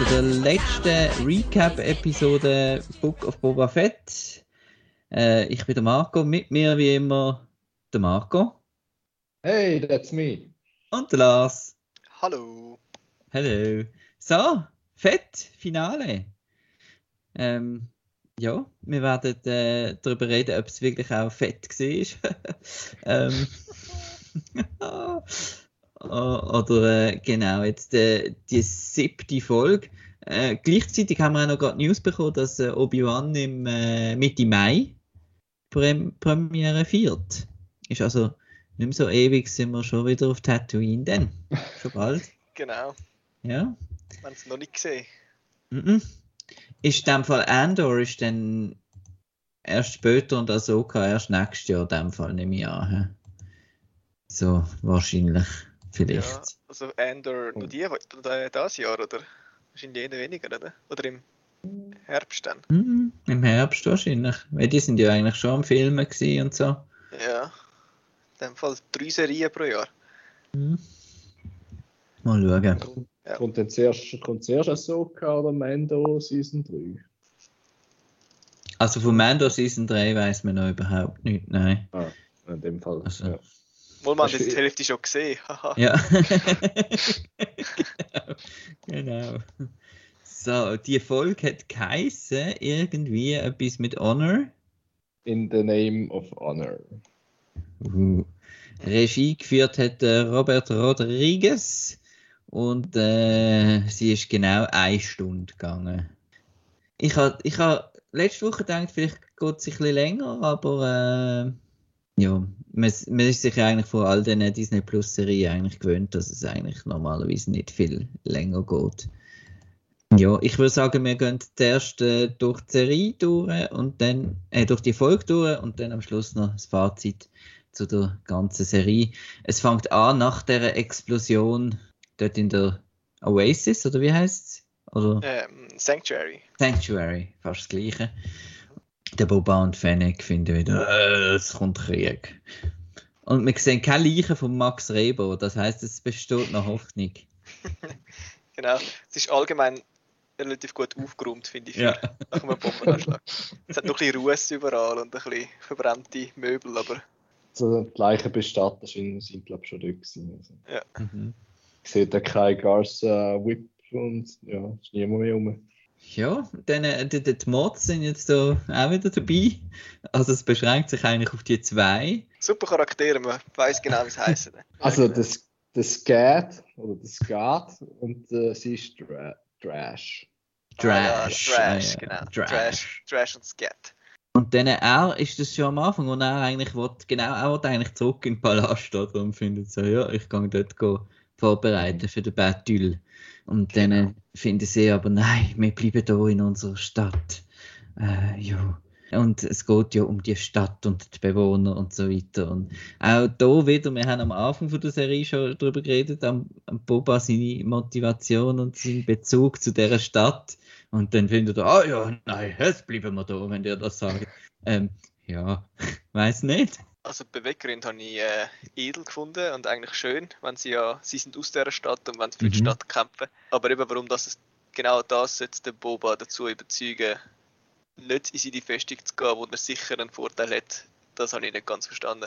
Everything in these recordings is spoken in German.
zu der letzten Recap-Episode Book of Boba Fett. Ich bin der Marco, mit mir wie immer der Marco. Hey, that's me. Und der Lars. Hallo. Hallo. So, Fett, Finale. Ja, wir werden darüber reden, ob es wirklich auch fett war. Oder genau, jetzt die 7. Folge. Gleichzeitig haben wir auch noch gerade News bekommen, dass Obi-Wan im Mitte Mai Premiere feiert. Ist also nicht mehr so ewig, sind wir schon wieder auf Tatooine dann. Schon bald. Genau. Ja. Wir haben es noch nicht gesehen. Ist in dem Fall Andor ist dann erst später und Ahsoka erst nächstes Jahr in dem Fall, nehme ich an. So, wahrscheinlich. Vielleicht. Ja, also Andor noch dieses Jahr, oder? Wahrscheinlich eher weniger, oder? Oder im Herbst dann? Im Herbst wahrscheinlich. Weil die sind ja eigentlich schon am Filmen gewesen und so. Ja. In dem Fall 3 Serien pro Jahr. Mal schauen. Ja. Kommt zuerst Ahsoka oder Mando Season 3? Also von Mando Season 3 weiss man noch überhaupt nicht, nein. In dem Fall. Also. Ja. Wohl, man hat die Hälfte schon gesehen. Ja. Genau. So, die Folge hat geheissen, irgendwie etwas mit Honor. In the name of honor. Regie geführt hat Robert Rodriguez und sie ist genau 1 Stunde gegangen. Ich habe letzte Woche gedacht, vielleicht geht es ein bisschen länger, aber ja, man ist sich eigentlich von all diesen Disney Plus Serien eigentlich gewöhnt, dass es eigentlich normalerweise nicht viel länger geht. Ja, ich würde sagen, wir gehen zuerst durch die Serie durch und dann durch die Folge durch und dann am Schluss noch das Fazit zu der ganzen Serie. Es fängt an nach der Explosion dort in der Oasis, oder wie heisst es? Oder? Sanctuary. Sanctuary, fast das Gleiche. Der Boba und Fennec finden wieder, es kommt Krieg. Und wir sehen keine Leichen von Max Rebo, das heisst, es besteht noch Hoffnung. Genau. Es ist allgemein relativ gut aufgeräumt, finde ich, Ja. nach einem Bombenanschlag. Es hat noch ein bisschen Ruß überall und ein bisschen verbrannte Möbel, aber... Also, die Leichenbestatter sind glaube ich, schon dort gewesen. Also. Ja. Ich sehe da kein Garza Whip und ja, ist niemand mehr rum. Ja, dann die Mods sind jetzt da auch wieder dabei. Also es beschränkt sich eigentlich auf die 2. Super Charaktere, man weiss genau, wie es heisst. Also das Scat oder das Scat und sie ist Trash. Trash. Genau. Trash. Trash und Scat. Und dann er ist das schon am Anfang, wo er eigentlich will, er will eigentlich zurück in den Palast oder, und findet so, ja, ich gehe dort vorbereiten für den Battle. Und dann finden sie aber, nein, wir bleiben hier in unserer Stadt. Ja. Und es geht ja um die Stadt und die Bewohner und so weiter. Und auch da wieder, wir haben am Anfang von der Serie schon darüber geredet, am Boba seine Motivation und seinen Bezug zu dieser Stadt. Und dann findet er, ja, nein, jetzt bleiben wir da, wenn ihr das sagt. Ja, weiß nicht. Also die Beweggründe habe ich edel gefunden und eigentlich schön, wenn sie sind aus dieser Stadt und wenn sie für die Stadt kämpfen. Aber eben, warum genau das jetzt den Boba dazu überzeugen, nicht in seine Festung zu gehen, wo er sicher einen Vorteil hat, das habe ich nicht ganz verstanden.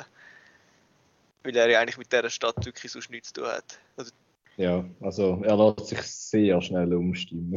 Weil er ja eigentlich mit dieser Stadt wirklich sonst nichts zu tun hat. Also, ja, also er lässt sich sehr schnell umstimmen.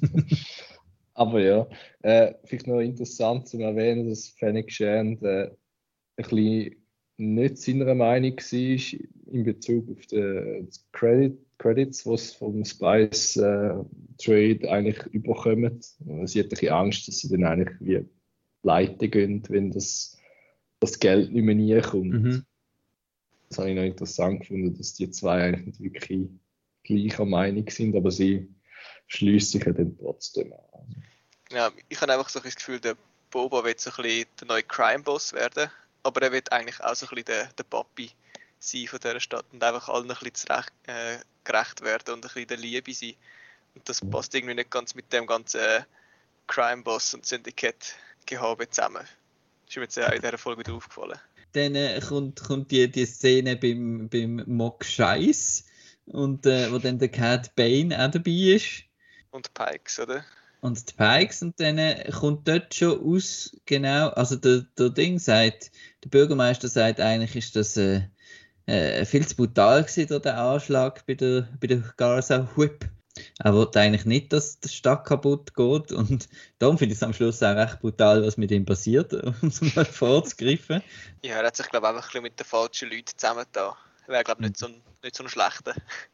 Aber ja, vielleicht noch interessant zu erwähnen, dass Fennec Shand ein bisschen nicht seiner Meinung war in Bezug auf die Credits, die es vom Spice Trade eigentlich überkommen. Sie hat ein bisschen Angst, dass sie dann eigentlich wie pleite gehen, wenn das Geld nicht mehr nie kommt. Das habe ich noch interessant gefunden, dass die zwei eigentlich nicht wirklich gleicher Meinung sind, aber sie schließt sich ja dann trotzdem an. Ja, ich habe einfach so ein bisschen das Gefühl, der Boba will so ein bisschen der neue Crime-Boss werden, aber er will eigentlich auch so ein bisschen der Papi sein von dieser Stadt und einfach allen ein bisschen gerecht werden und ein bisschen der Liebe sein. Und das passt irgendwie nicht ganz mit dem ganzen Crime-Boss und Syndicate-Gehabe zusammen. Das ist mir jetzt auch in dieser Folge wieder aufgefallen. Dann kommt die Szene beim Mock Scheiß und wo dann der Cat Bane auch dabei ist. Und Pikes, oder? Und die Pikes, und dann kommt dort schon aus, genau, also der Ding sagt, der Bürgermeister sagt, eigentlich ist das viel zu brutal gewesen, der Anschlag bei der Garza Whip. Er wollte eigentlich nicht, dass die Stadt kaputt geht, und darum finde ich es am Schluss auch recht brutal, was mit ihm passiert, um es mal vorzugreifen. Ja, er hat sich, glaube ich, einfach ein bisschen mit den falschen Leuten zusammengetan. Wäre, glaube ich, nicht so ein schlechter.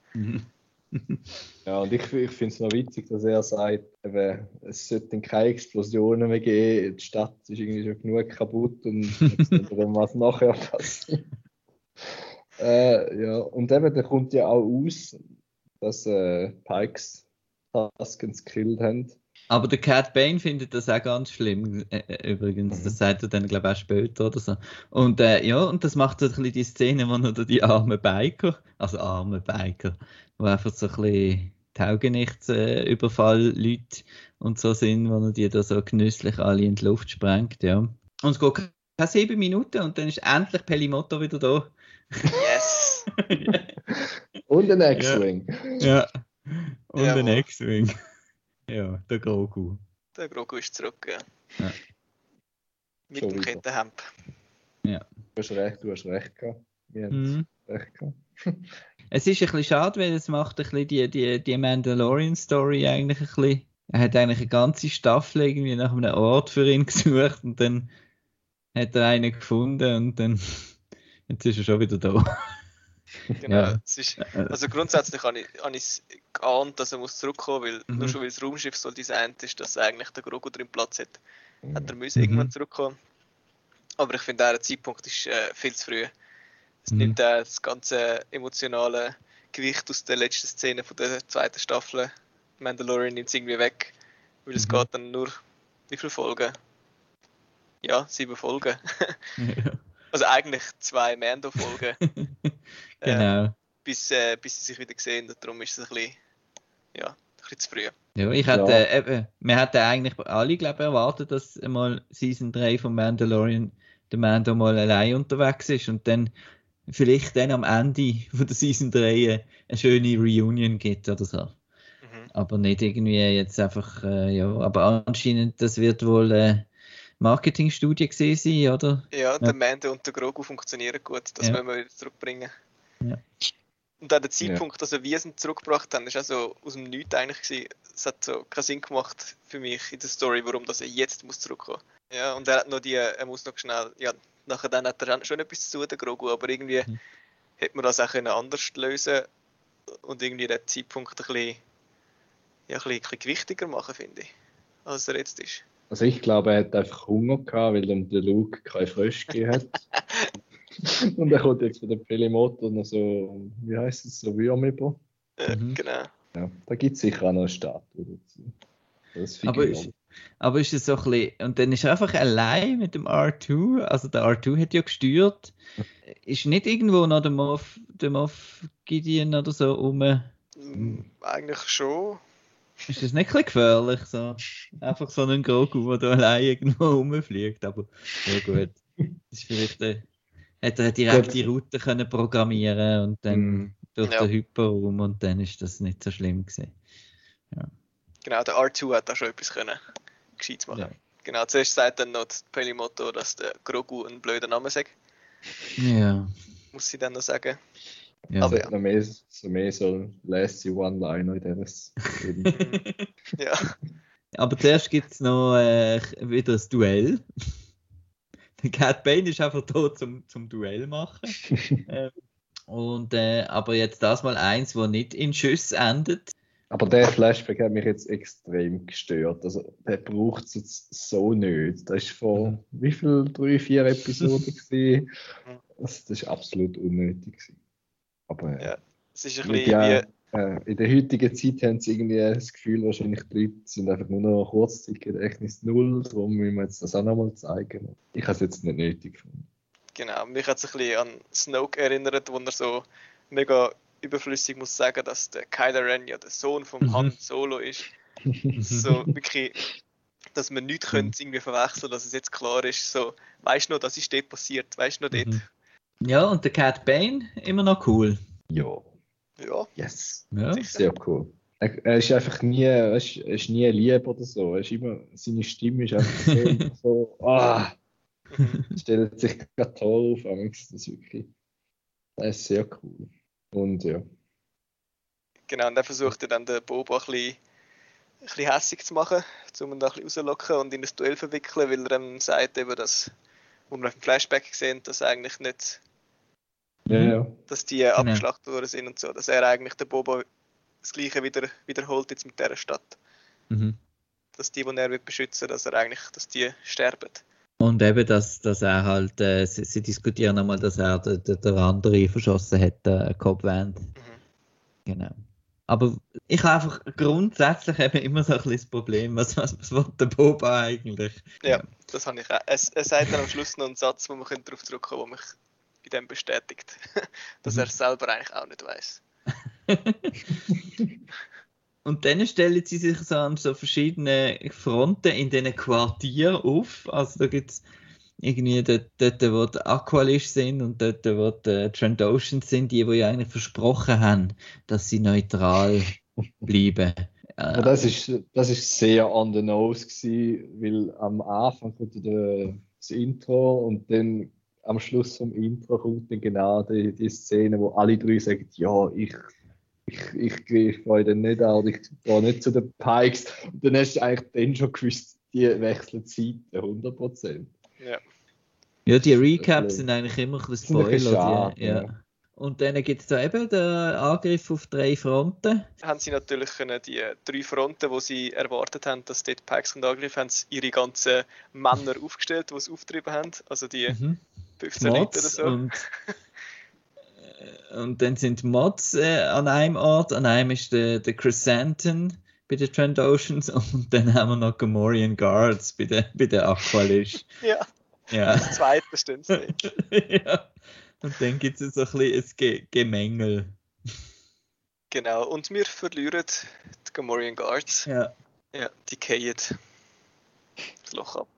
Ja, und ich finde es noch witzig, dass er sagt, eben, es sollten keine Explosionen mehr geben, die Stadt ist irgendwie schon genug kaputt und dann was nachher passiert. Ja, und eben, da kommt ja auch aus, dass Pikes Tuskens gekillt haben. Aber der Cat Bane findet das auch ganz schlimm, übrigens. Das sagt er dann, glaube ich, auch später oder so. Und ja, und das macht so ein bisschen die Szene, wo noch die armen Biker, wo einfach so ein bisschen Taugenichts-Überfall-Leute und so sind, wo er die da so genüsslich alle in die Luft sprengt, ja. Und es geht keine 7 Minuten und dann ist endlich Pellimotto wieder da. Yes! Und ein X-Wing. Ja, und ein Jawohl. X-Wing. Ja, der Grogu. Der Grogu ist zurück, ja. Ja. Mit Schon dem wieder. Kettenhemd. Du hast recht gehabt. Wir haben recht gehabt. Es ist ein bisschen schade, weil es macht ein bisschen die Mandalorian-Story eigentlich ein bisschen. Er hat eigentlich eine ganze Staffel irgendwie nach einem Ort für ihn gesucht und dann hat er einen gefunden und dann jetzt ist er schon wieder da. Genau. Ja. Es ist, also grundsätzlich habe ich geahnt, dass er muss zurückkommen, weil nur schon weil das Raumschiff so designt ist, dass eigentlich der Grogu drin Platz hat. Hat er müssen irgendwann zurückkommen. Aber ich finde, der Zeitpunkt ist viel zu früh. Es nimmt das ganze emotionale Gewicht aus der letzten Szene von der zweiten Staffel Mandalorian nimmt es irgendwie weg. Weil es geht dann nur, wie viele Folgen? Ja, 7 Folgen. Ja. Also eigentlich 2 Mando-Folgen. Genau. Bis sie sich wieder sehen. Und darum ist es ein bisschen zu früh. Ja, wir hatten eigentlich alle, glaube ich, erwartet, dass mal Season 3 von Mandalorian der Mando mal allein unterwegs ist und dann vielleicht dann am Ende von der Season 3 eine schöne Reunion gibt oder so. Aber nicht irgendwie jetzt einfach, aber anscheinend, das wird wohl eine Marketingstudie gewesen sein, oder? Ja, der Mando und der Grogu funktionieren gut, das wollen wir wieder zurückbringen. Ja. Und auch der Zeitpunkt, also wie sie ihn zurückgebracht haben, ist auch so aus dem Nichts eigentlich gewesen. Es hat so keinen Sinn gemacht für mich in der Story, warum dass er jetzt muss zurückkommen. Ja, und er muss noch schnell, ja, nachher dann hat er schon etwas zu tun, der Grogu, aber irgendwie hätte man das auch anders lösen und irgendwie den Zeitpunkt ein bisschen gewichtiger machen, finde ich, als er jetzt ist. Also ich glaube, er hat einfach Hunger gehabt, weil ihm der Luke kein Frösch gegeben hat. Und er kommt jetzt von der Pelimoto noch so, wie heisst es, so Würmer über. Genau. Ja, da gibt es sicher auch noch eine Statue dazu. Das aber ist es so ein bisschen, und dann ist er einfach allein mit dem R2, also der R2 hat ja gesteuert, ist nicht irgendwo noch der Moff Gideon oder so rum? Eigentlich schon. Ist das nicht ein bisschen gefährlich, so? Einfach so ein Grogu, der da allein irgendwo rumfliegt, aber ja gut. Das ist vielleicht, hätte er direkt die Route können programmieren und dann durch den Hyperraum und dann ist das nicht so schlimm gewesen. Ja. Genau, der R2 hat da schon etwas können Gescheites machen. Ja. Genau, zuerst sagt dann noch Pelimoto, dass der Grogu ein blöder Name sagt. Ja. Muss sie dann noch sagen. Ja. Aber ja. Mehr so lässt sie One-Liner in dieses Ja. Aber zuerst gibt es noch wieder das Duell. Der Cat Bane ist einfach da zum Duell machen. Aber jetzt das mal eins, wo nicht in Schüsse endet. Aber der Flashback hat mich jetzt extrem gestört. Also, der braucht es jetzt so nicht. Das ist vor wie viel? 3-4 Episoden gewesen. Das ist absolut unnötig gewesen. Aber ja, es ist ein bisschen in der heutigen Zeit haben sie irgendwie das Gefühl, wahrscheinlich die Leute sind einfach nur noch Kurzzeitgedächtnis 0, darum müssen wir jetzt das auch nochmal zeigen. Ich habe es jetzt nicht nötig gefunden. Genau, mich hat es ein bisschen an Snoke erinnert, wo er so mega überflüssig muss sagen, dass der Kylo Ren ja der Sohn von Han Solo ist. So wirklich, dass man nichts könnte irgendwie verwechseln, dass es jetzt klar ist, so, weißt du noch, das ist dort passiert, weißt du noch dort. Ja, und der Cat Bane, immer noch cool. Ja. Ja. Yes. Ja. Sehr cool. Er ist einfach nie, weißt, er ist nie lieb oder so. Er ist immer, seine Stimme ist einfach so, stellt sich gerade toll auf. Das ist sehr cool. Und ja. Genau, und er versucht dann den Boba ein bisschen hässig zu machen, um ihn da ein bisschen rauszulocken und in ein Duell verwickeln, weil er ihm sagt, eben, dass, wo wir auf dem Flashback sehen, dass eigentlich nicht, Ja. dass die abgeschlachtet worden sind und so, dass er eigentlich den Boba das Gleiche wiederholt jetzt mit dieser Stadt. Mhm. Dass die er will beschützen, dass die sterben. Und eben, dass er halt, sie diskutieren einmal, dass er der andere verschossen hat, Cobwand. Genau. Aber ich habe einfach grundsätzlich eben immer so ein bisschen das Problem, was will der Boba eigentlich? Ja, das habe ich auch. Er sagt dann am Schluss noch einen Satz, wo man darauf zurückkommen kann, wo mich bei dem bestätigt, dass er es selber eigentlich auch nicht weiss. Und dann stellen sie sich so an so verschiedene Fronten in diesen Quartieren auf. Also da gibt es irgendwie dort, wo die Aqualish sind und dort, wo die Trandoshans sind, die ja eigentlich versprochen haben, dass sie neutral bleiben. Aber das ist sehr on the nose gewesen, weil am Anfang kommt das Intro und dann am Schluss vom Intro kommt dann genau die Szene, wo alle drei sagen, ja, ich greife euch dann nicht an oder ich gehe nicht zu den Pikes. Und dann hast du eigentlich dann schon gewusst, die wechseln Seiten, 100%. Ja, die Recaps sind eigentlich immer ein bisschen Spoiler. Schade, ja. Und dann gibt es da eben den Angriff auf 3 Fronten. Haben sie natürlich die 3 Fronten, wo sie erwartet haben, dass dort Pikes angreifen, haben sie ihre ganzen Männer aufgestellt, die es aufgetrieben haben. Also die 15 Leute oder so. Und dann sind Mods an einem Ort, an einem ist der Chrysanthemum bei den Trandoshans und dann haben wir noch Gamorrean Guards bei der Aqualish. Ja. Das zweite stehen sie nicht. Ja. Und dann gibt es so ein bisschen ein Gemengel. Genau, und wir verlieren die Gamorrean Guards. Ja, die fallen das Loch ab.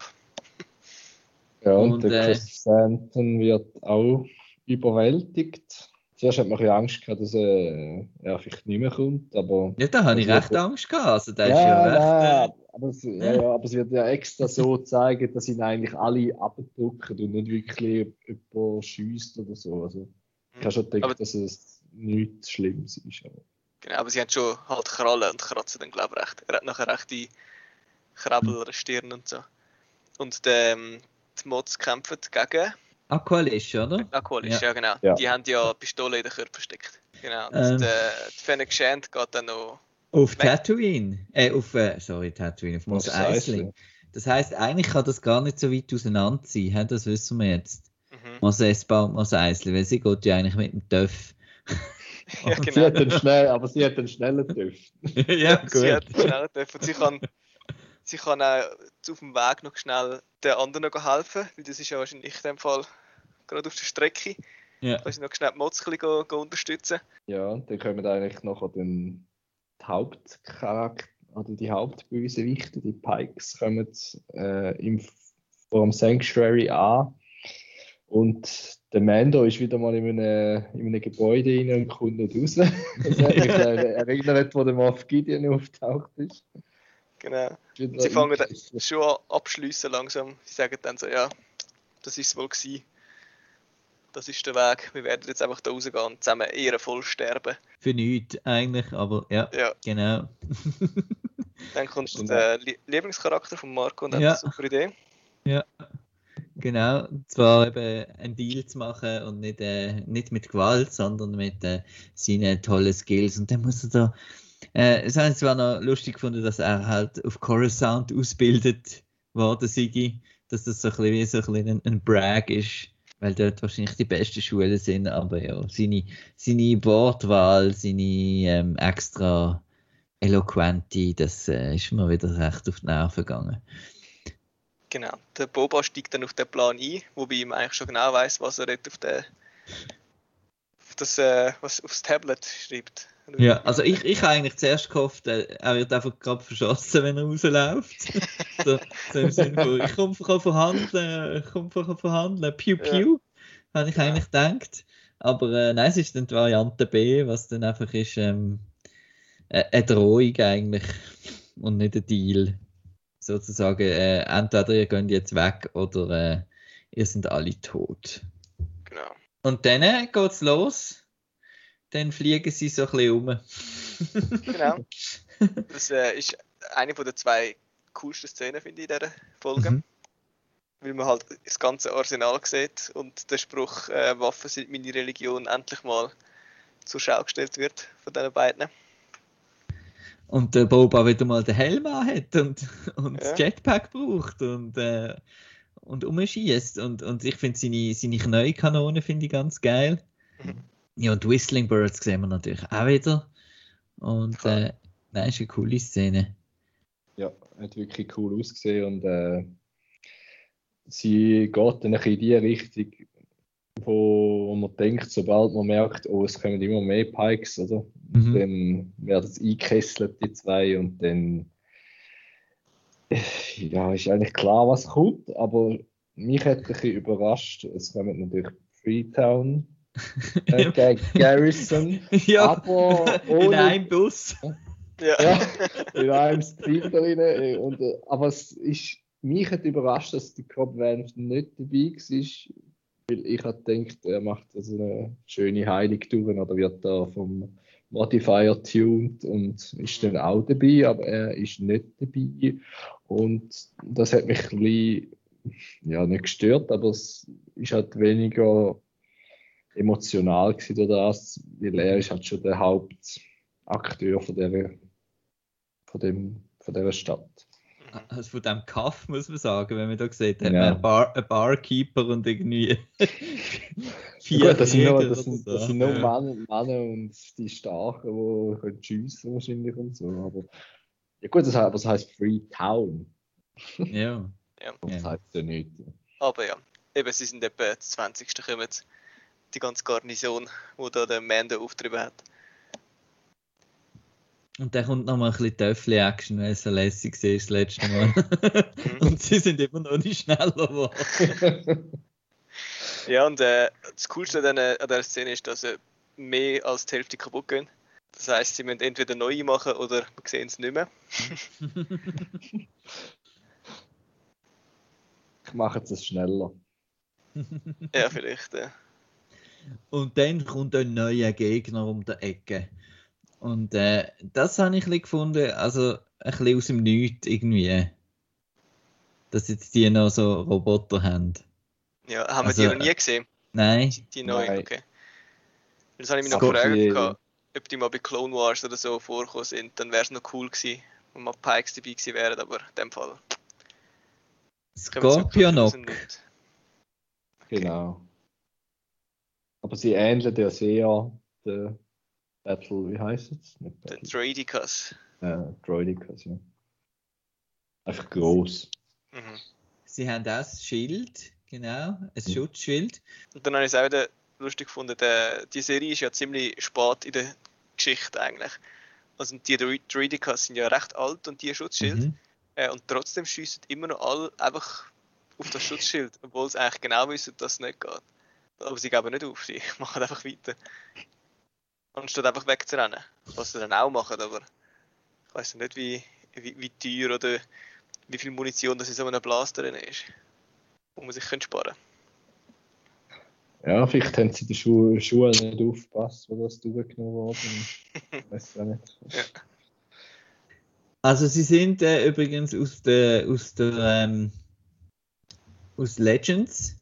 Ja, und der Chrysanthemum wird auch überwältigt. Zuerst hat man ein bisschen Angst gehabt, dass er vielleicht nicht mehr kommt, aber... Ja, da habe ich recht Angst gehabt. Also, der ist ja recht... aber es wird ja extra so zeigen, dass ihn eigentlich alle abdrücken und nicht wirklich jemand schiesst oder so. Also, ich habe schon gedacht, dass es nichts Schlimmes ist. Aber. Genau, aber sie haben schon halt Krallen und kratzen dann, glaube ich, recht. Er hat nachher rechte Krabbel an der Stirn und so. Und die Mods kämpfen gegen... Aqualish, oder? Aqualish, ja genau. Ja. Die haben ja Pistole in den Körper versteckt. Genau. Und die Fennec Shand geht dann noch... Auf Tatooine. Tatooine, auf Mos Eisley. Das heisst, eigentlich kann das gar nicht so weit auseinander sein, das wissen wir jetzt. Mos Espa und Mos Eisley, weil sie geht ja eigentlich mit dem Töff. Ja, genau. Sie hat einen schnellen Töff. Ja, gut. Sie hat einen schnellen Töff und sie kann auch auf dem Weg noch schnell den anderen noch helfen, weil das ist ja wahrscheinlich in dem Fall gerade auf der Strecke. Ja. Kann sie noch schnell die Mods ein bisschen unterstützen. Ja, und dann kommen eigentlich noch den Hauptcharakter oder die Hauptbösewichte, die Pikes, kommen vor dem Sanctuary an. Und der Mando ist wieder mal in einem Gebäude rein und kommt nicht raus. Das hat mich erinnert, wo der Moff Gideon auftaucht ist. Genau. Und sie fangen dann schon an abschliessen langsam. Sie sagen dann so, ja, das ist es wohl gewesen. Das ist der Weg. Wir werden jetzt einfach da rausgehen und zusammen ehrenvoll sterben. Für nichts eigentlich, aber ja. Genau. Dann kommt der Lieblingscharakter von Marco und hat eine super Idee. Ja, genau. Und zwar eben einen Deal zu machen und nicht mit Gewalt, sondern mit seinen tollen Skills. Und dann muss er da... es habe ich zwar noch lustig gefunden, dass er halt auf Coruscant ausgebildet worden sei, dass das so ein bisschen ein Brag ist. Weil dort wahrscheinlich die besten Schulen sind, aber ja, seine Wortwahl, seine extra eloquente, das ist mir wieder recht auf die Nerven gegangen. Genau, der Boba steigt dann auf den Plan ein, wobei ihm eigentlich schon genau weiss, was er dort was aufs Tablet schreibt. Ja, also ich habe eigentlich zuerst gehofft, er wird einfach gerade verschossen, wenn er rausläuft. so im Sinne von, ich komme verhandeln, piu piu, habe ich eigentlich gedacht. Aber nein, es ist dann die Variante B, was dann einfach ist, eine Drohung eigentlich und nicht ein Deal. Sozusagen, entweder ihr geht jetzt weg oder ihr seid alle tot. Genau. Und dann geht's los. Dann fliegen sie so ein bisschen rum. Genau. Das ist eine der 2 coolsten Szenen, finde ich, in dieser Folge. Mhm. Weil man halt das ganze Arsenal sieht und der Spruch «Waffen sind meine Religion» endlich mal zur Schau gestellt wird von diesen beiden. Und der Boba wieder mal den Helm anhat und Ja. das Jetpack braucht und umschießt. Und ich finde seine Knäuelkanone finde ich ganz geil. Mhm. Ja, und Whistling Birds sehen wir natürlich auch wieder. Und Klar. nein, ist eine coole Szene. Ja, hat wirklich cool ausgesehen und sie geht dann in die Richtung, wo man denkt, sobald man merkt, oh, es kommen immer mehr Pikes, oder? Mhm. Dann werden es eingekesselt, die 2, und dann ja, ist eigentlich klar, was kommt, aber mich hat ein bisschen überrascht, es kommt natürlich Freetown, Garrison, Ja, aber in ohne... einem Bus. Ja. Ja, in einem Street drin. Aber mich hat überrascht, dass die Cobb Vanth nicht dabei war, weil ich hatte gedacht, er macht also eine schöne Heiligtour oder wird da vom Modifier tuned und ist dann auch dabei, aber er ist nicht dabei. Und das hat mich ein bisschen, ja, nicht gestört, aber es ist halt weniger emotional gewesen durch das, weil er ist halt schon der Hauptakteur von dieser Stadt. Also von diesem Kaff muss man sagen, wenn man da sieht, hat Ja. man einen Barkeeper und irgendwie 4 Gut, das sind Jäger nur, oder das sind, so. das sind nur Ja. Männer und die Starken, die können schiessen wahrscheinlich und so. Aber ja gut, das heisst Freetown. Ja. Das Ja. heisst ja nicht. Aber ja, eben, sie sind etwa 20. kommen die ganze Garnison, die da der Mando aufgetrieben hat. Und dann kommt nochmal ein bisschen Töffel-Action, weil es so lässig war das letzte Mal. Und sie sind immer noch nicht schneller geworden. Ja, und das Coolste an dieser Szene ist, dass sie mehr als die Hälfte kaputt gehen. Das heisst, sie müssen entweder neue machen oder wir sehen es nicht mehr. Ich mache es schneller. Ja, vielleicht. Und dann kommt ein neuer Gegner um die Ecke. Und das habe ich ein bisschen gefunden, also ein bisschen aus dem Nichts irgendwie. Dass jetzt die noch so Roboter haben. Ja, haben Also, wir die noch nie gesehen? Nein. Die neuen, Nein. okay. Das habe ich mich noch Scott, gefragt, ob die mal bei Clone Wars oder so vorgekommen sind. Dann wäre es noch cool gewesen, wenn mal Pikes dabei gewesen wären, aber in dem Fall. Scorpionok. Genau. Aber sie ähneln ja sehr der Battle, wie heisst es? Nicht Der Battle. Droidicus. Droidicus, ja. Einfach gross. Mhm. Sie haben auch das Schild, genau, ein Schutzschild. Und dann habe ich es auch wieder lustig gefunden, die Serie ist ja ziemlich spät in der Geschichte eigentlich. Also die Droidicus sind ja recht alt und die Schutzschild. Mhm. Und trotzdem schiessen immer noch alle einfach auf das Schutzschild, obwohl sie eigentlich genau wissen, dass es nicht geht. Aber sie geben nicht auf, sie machen einfach weiter. Anstatt einfach wegzurennen. Was sie dann auch machen, aber ich weiss nicht, wie teuer oder wie viel Munition das in so einem Blaster drin ist, wo man sich sparen könnte. Ja, vielleicht haben sie in der Schule nicht aufgepasst, wo das durchgenommen wurde. Ich weiß auch nicht. Ja. Also sie sind übrigens aus Legends,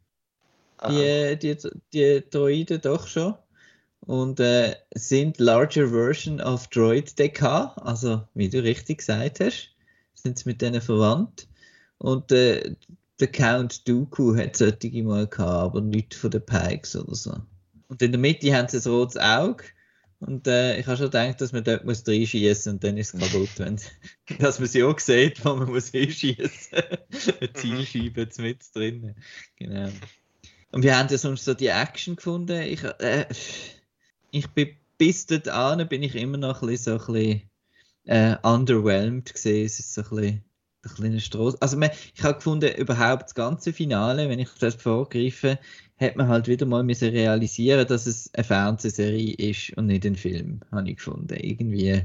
die Droiden doch schon. Und sind larger version of Droid DK, also wie du richtig gesagt hast, sind sie mit denen verwandt. Und der Count Dooku hat solche mal gehabt, aber nicht von den Pikes oder so. Und in der Mitte haben sie ein rotes Auge. Und ich habe schon gedacht, dass man dort muss reinschießen und dann ist es kaputt. Dass man sie auch sieht, wo man muss hinschießen. Eine Zielscheibe mit drin. Genau. Und wir haben ja sonst so die Action gefunden. Ich bin bis dorthin bin ich immer noch ein bisschen underwhelmed gesehen. Es ist so ein kleiner Stroß. Also ich habe gefunden, überhaupt das ganze Finale, wenn ich das vorgreife, hat man halt wieder mal müssen realisieren, dass es eine Fernsehserie ist und nicht ein Film, habe ich gefunden. Irgendwie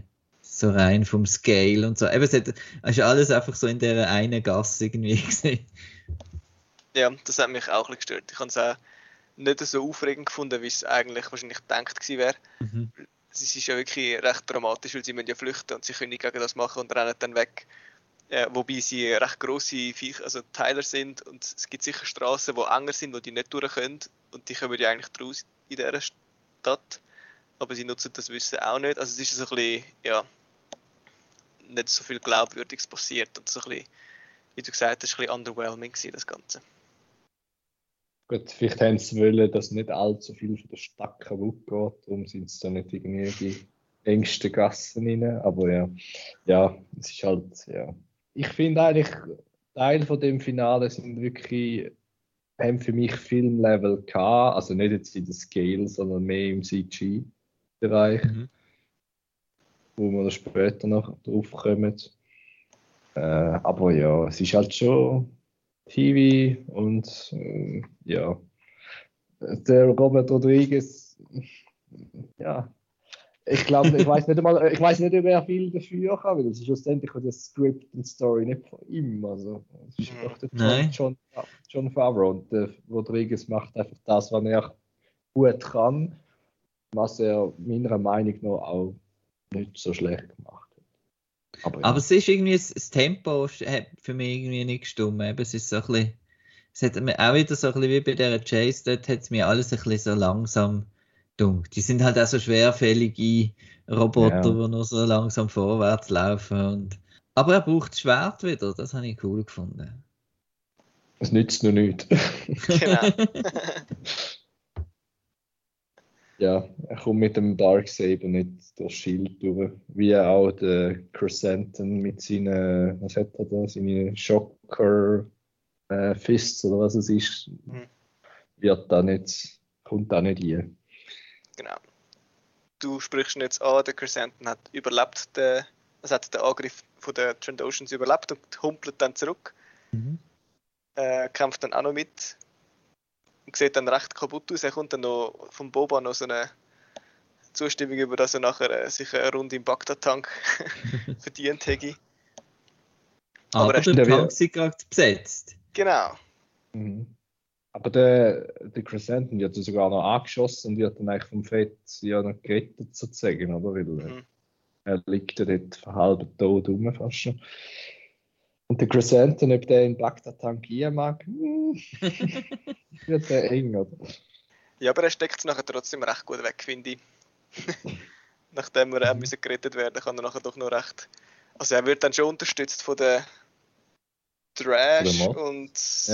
So rein vom Scale und so. Eben, es ist alles einfach so in dieser einen Gasse irgendwie gesehen. Ja, das hat mich auch ein bisschen gestört. Ich habe es auch nicht so aufregend gefunden, wie es eigentlich wahrscheinlich gedacht gewesen wäre. Mhm. Es ist ja wirklich recht dramatisch, weil sie müssen ja flüchten und sie können nicht gegen das machen und rennen dann weg. Wobei sie recht grosse Teiler sind und es gibt sicher Straßen, die enger sind, wo die nicht durch können und die kommen ja eigentlich draus in dieser Stadt. Aber sie nutzen das Wissen auch nicht. Also es ist so ein bisschen, ja, nicht so viel Glaubwürdiges passiert und so ein bisschen, wie du gesagt hast, ein bisschen underwhelming gewesen, das Ganze. Gut, vielleicht haben sie wollen, dass nicht allzu viel von der Stadt kaputt geht, darum sind sie da nicht irgendwie in die engsten Gassen rein. Aber ja, es ist halt, ja. Ich finde eigentlich, Teil von dem Finale sind wirklich, haben für mich Filmlevel gehabt, also nicht jetzt in der Scale, sondern mehr im CG-Bereich, wo wir dann später noch drauf kommen. Aber ja, es ist halt schon TV und ja, der Robert Rodriguez, ja, ich glaube, ich weiß nicht, ob er viel dafür kann, weil das ist schlussendlich das Script und Story nicht von ihm. Also, es ist doch der John Favreau und der Rodriguez macht einfach das, was er gut kann, was er meiner Meinung nach auch nicht so schlecht gemacht hat. Aber es ist irgendwie, das Tempo hat für mich irgendwie nicht gestimmt. Eben, es ist so ein bisschen, es hat mir auch wieder so ein bisschen wie bei dieser Chase, dort hat es mir alles ein bisschen so langsam gedunkt. Die sind halt auch so schwerfällige Roboter, die nur so langsam vorwärts laufen. Aber er braucht das Schwert wieder, das habe ich cool gefunden. Es nützt noch nichts. Genau. Ja, er kommt mit dem Darksaber nicht durchs Schild durch. Wie auch der Chrysanthemum mit seinen, was hat er da, seine Shocker Fists oder was es ist, kommt da nicht rein. Genau. Du sprichst ihn jetzt an, der Chrysanthemum hat überlebt, den Angriff von den Trandoshans überlebt und humpelt dann zurück. Kämpft dann auch noch mit. Und sieht dann recht kaputt aus. Er kommt dann noch vom Boba noch so eine Zustimmung über, dass er nachher sich eine Runde im Bagdad-Tank verdient hätte. Aber der Tank ist gerade besetzt. Genau. Aber der Chrysanthemum hat sogar noch angeschossen und wird dann eigentlich vom Fett ja noch gerettet sozusagen, oder? Weil er liegt ja dort halb tot rum fast schon. Und der Chrysanthemum, ob der in Bagdad-Tank gehen mag, wird der eng, oder? Ja, aber er steckt es nachher trotzdem recht gut weg, finde ich. Nachdem er gerettet werden kann er nachher doch noch recht. Also er wird dann schon unterstützt von der Trash und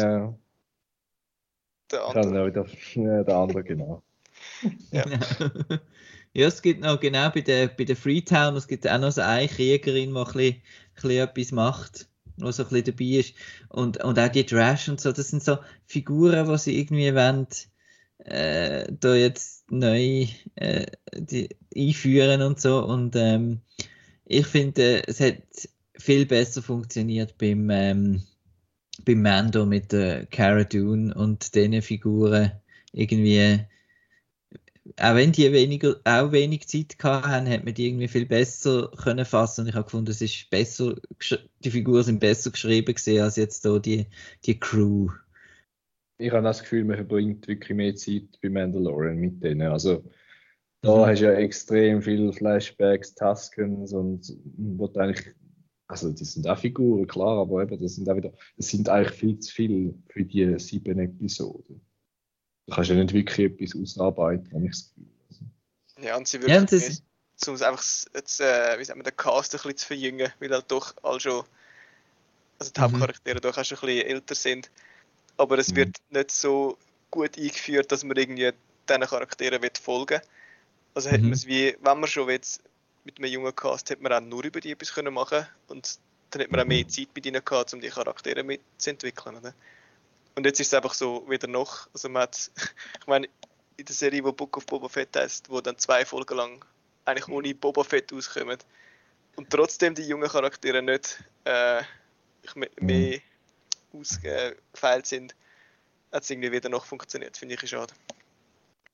der andere. Der andere, genau. Ja. Ja, es gibt noch, genau bei der Freetown, es gibt auch noch so eine Kriegerin, die ein bisschen etwas macht, die so ein bisschen dabei ist. Und auch die Trash und so, das sind so Figuren, die sie irgendwie wollen, da jetzt neu die einführen und so. Und ich finde, es hat viel besser funktioniert beim Mando mit der Cara Dune und diesen Figuren irgendwie. Auch wenn die wenig Zeit hatten, hat man die irgendwie viel besser können fassen. Und ich habe gefunden, es ist besser, die Figuren sind besser geschrieben gewesen, als jetzt hier die Crew. Ich habe das Gefühl, man verbringt wirklich mehr Zeit bei Mandalorian mit denen. Also da hast du ja extrem viele Flashbacks, Tuskens und wo du eigentlich, also das sind auch Figuren, klar, aber eben, das sind eigentlich viel zu viel für die 7 Episoden. Du kannst ja nicht wirklich etwas ausarbeiten, habe ich das Gefühl. Ja, und sie wirklich, um einfach jetzt, wie sagt man, den Cast ein bisschen zu verjüngen, weil halt doch all schon, also die Hauptcharaktere doch auch schon ein bisschen älter sind. Aber es wird nicht so gut eingeführt, dass man irgendwie diesen Charakteren folgen will. Also hätte man es wie, wenn man schon jetzt mit einem jungen Cast, hätte man auch nur über die etwas machen können und dann hätte man auch mehr Zeit mit ihnen gehabt, um die Charaktere mitzuentwickeln. Oder? Und jetzt ist es einfach so wieder noch, also man hat, ich meine, in der Serie, wo Book of Boba Fett heißt, wo dann 2 Folgen lang eigentlich ohne Boba Fett auskommen und trotzdem die jungen Charaktere nicht mehr ausgefeilt sind, hat es irgendwie wieder noch funktioniert, finde ich schade.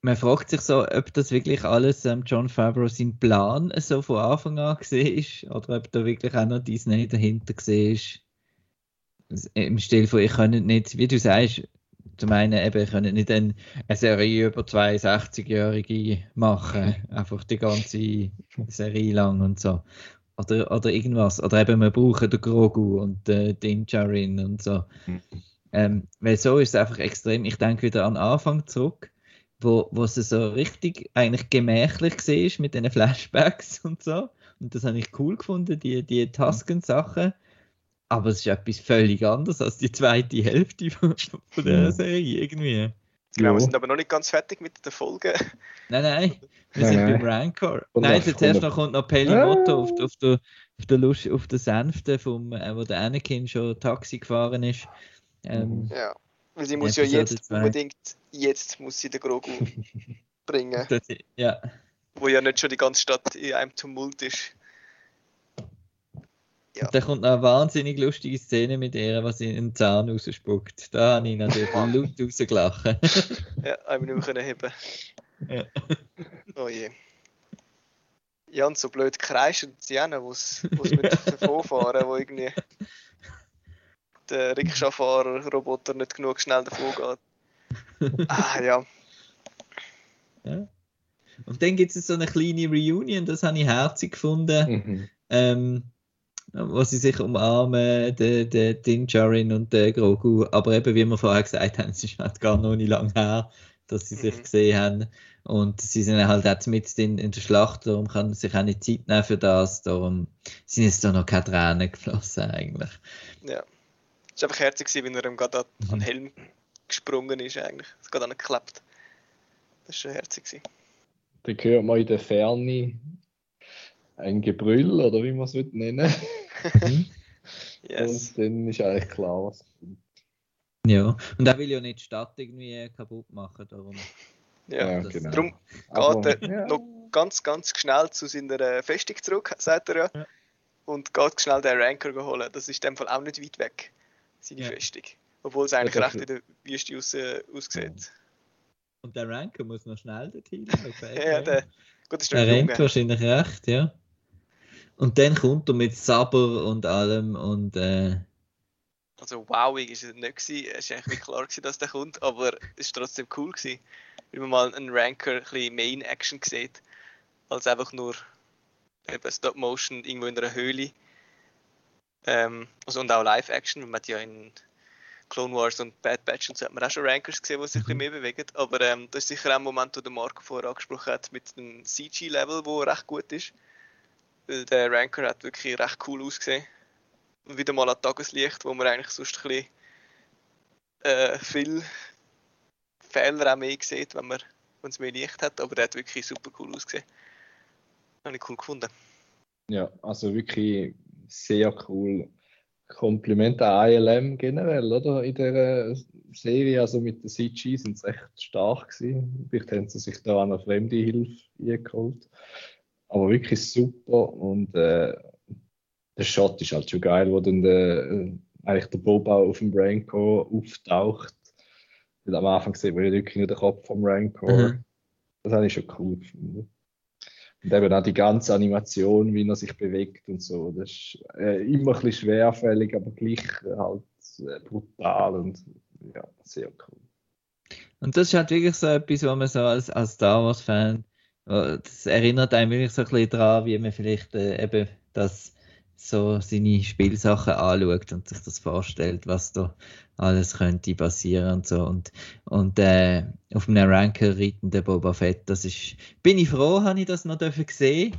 man fragt sich so, ob das wirklich alles Jon Favreau sein Plan so von Anfang an war oder ob da wirklich auch noch Disney dahinter war. Im Stil von, ich kann nicht, wie du sagst, zum einen eben, ich kann nicht eine Serie über 62-Jährige machen, einfach die ganze Serie lang und so. Oder irgendwas. Oder eben, wir brauchen den Grogu und den Din Djarin und so. Weil so ist es einfach extrem. Ich denke wieder an den Anfang zurück, wo es so richtig eigentlich gemächlich war mit den Flashbacks und so. Und das habe ich cool gefunden, die Tusken-Sachen. Aber es ist etwas völlig anderes als die zweite Hälfte von der Serie irgendwie. Genau, wir sind aber noch nicht ganz fertig mit den Folgen. Nein. Wir sind beim Rancor. Und Nein, noch- zuerst noch kommt noch Pelimoto auf der Sänfte, wo der Anakin schon Taxi gefahren ist. Ja, weil sie muss Episode ja jetzt 2. unbedingt, jetzt muss sie den Grogu bringen, Ja. wo ja nicht schon die ganze Stadt in einem Tumult ist. Ja. Und da kommt noch eine wahnsinnig lustige Szene mit ihr, was sie einen Zahn rausspuckt. Da habe ich natürlich laut rausgelacht. Ja, habe ich nicht mehr heben. Ja. Oh je. Ja, und so blöd kreischen sie auch noch, wo sie mit davonfahren, wo irgendwie der Rikscha-Fahrer-Roboter nicht genug schnell davon geht. Ja. Ja. Und dann gibt es so eine kleine Reunion, das habe ich herzig gefunden. Wo sie sich umarmen, der Din Djarin und der Grogu. Aber eben, wie wir vorher gesagt haben, es ist halt gar noch nicht lange her, dass sie sich gesehen haben. Und sie sind halt jetzt mit in der Schlacht, darum kann man sich auch nicht Zeit nehmen für das. Darum sind jetzt da noch keine Tränen geflossen eigentlich. Ja. Es war einfach herzig, wie er ihm gerade an den Helm gesprungen ist eigentlich. Es hat gerade angeklappt. Das war schon herzig. Da hört man in der Ferne ein Gebrüll, oder wie man es nennen Yes. Und dann ist eigentlich klar, was kommt. Ja, und er will ja nicht die Stadt irgendwie kaputt machen, darum. Ja, genau. Darum geht er noch ganz, ganz schnell zu seiner Festung zurück, sagt er ja. Und geht schnell den Rancor holen. Das ist in dem Fall auch nicht weit weg, seine Festung. Obwohl es eigentlich recht in der Wüste aussieht. Und der Rancor muss noch schnell dorthin. Gut, ist er rennt wahrscheinlich recht, ja. Und dann kommt er mit Saber und allem und Also wowig ist es nicht gewesen. Es war eigentlich klar gewesen, dass der kommt, aber es war trotzdem cool gewesen, weil man mal einen Rancor ein bisschen mehr in Action sieht, als einfach nur Stop Motion irgendwo in einer Höhle. Also und auch Live-Action, man hat ja in Clone Wars und Bad Batch und so hat man auch schon Rancors gesehen, die sich ein bisschen mehr bewegen. Aber das ist sicher auch ein Moment, wo der Marco vorher angesprochen hat, mit dem CG-Level, der recht gut ist. Weil der Rancor hat wirklich recht cool ausgesehen. Und wieder mal an Tageslicht, wo man eigentlich sonst ein bisschen viel Fehler auch mehr sieht, wenn es mehr Licht hat. Aber der hat wirklich super cool ausgesehen. Habe ich cool gefunden. Ja, also wirklich sehr cool. Kompliment an ILM generell, oder? In dieser Serie, also mit der CG sind sie recht stark gewesen. Vielleicht haben sie sich da auch noch fremde Hilfe eingeholt. Aber wirklich super und der Shot ist halt schon geil, wo dann eigentlich der Boba auf dem Rancor auftaucht. Und am Anfang sieht man ja wirklich nur den Kopf vom Rancor. Das habe ich schon cool gefunden. Und eben auch die ganze Animation, wie er sich bewegt und so. Das ist immer ein bisschen schwerfällig, aber gleich halt brutal und ja, sehr cool. Und das ist halt wirklich so etwas, was man so als Star Wars-Fan, das erinnert einen wirklich so ein bisschen daran, wie man vielleicht eben das so seine Spielsachen anschaut und sich das vorstellt, was da alles könnte passieren und so. Und auf einem Rancor reitenden Boba Fett, das ist, bin ich froh, habe ich das noch sehen.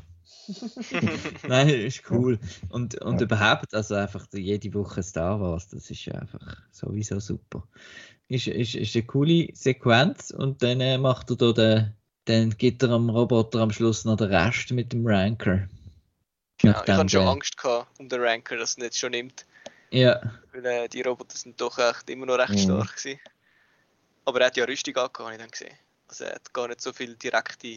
Nein, ist cool. Und überhaupt, also einfach jede Woche Star Wars, das ist einfach sowieso super. Ist eine coole Sequenz und dann macht er da dann gibt er am Roboter am Schluss noch den Rest mit dem Rancor. Genau, ich hatte schon Angst gehabt um den Rancor, dass er nicht schon nimmt. Ja. Weil die Roboter sind doch echt immer noch recht stark gewesen. Aber er hat ja Rüstung angehabt, habe ich dann gesehen. Also er hat gar nicht so viel direkte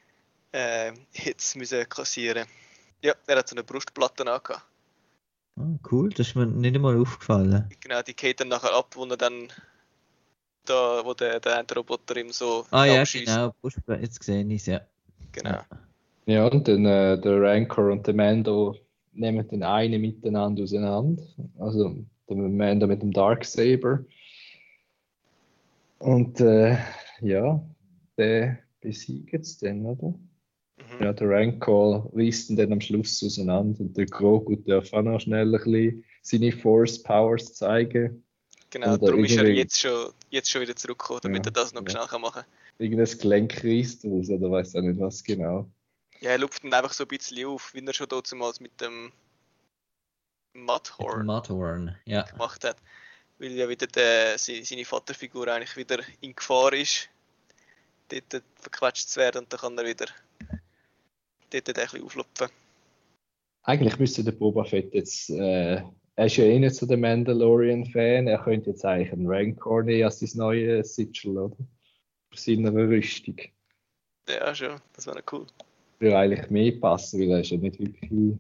Hits müssen kassieren. Ja, er hat so eine Brustplatte angehabt. Oh, cool, das ist mir nicht einmal aufgefallen. Genau, die geht dann nachher ab, wo er dann Da, wo der eine Roboter ihm so Ja, abschießt. genau. Jetzt sehe ich es, ja. Genau. Ja, und dann der Rancor und der Mando nehmen den einen miteinander auseinander. Also der Mando mit dem Darksaber. Und ja, der besiegt es dann, oder? Mhm. Ja, der Rancor reißt ihn dann am Schluss auseinander und der Grogu darf auch noch schnell ein bisschen seine Force Powers zeigen. Genau, Oder darum ist er irgendwie, jetzt schon wieder zurückgekommen, damit ja, er das noch ja. schnell machen kann. Irgendein Gelenk reißt aus, oder weiß auch nicht was genau. Ja, er lupft ihn einfach so ein bisschen auf, wie er schon damals mit dem Mudhorn Mudhorn, ja. gemacht hat. Weil ja wieder seine Vaterfigur eigentlich wieder in Gefahr ist, dort verquetscht zu werden und dann kann er wieder dort ein bisschen auflupfen. Eigentlich müsste der Boba Fett jetzt, er ist ja eh nicht so der Mandalorian-Fan, er könnte jetzt eigentlich einen Rancor nehmen als sein neues Sigil, oder? Für seine Rüstung. Ja, schon, das wäre cool. Würde eigentlich mehr passen, weil er ist ja nicht wirklich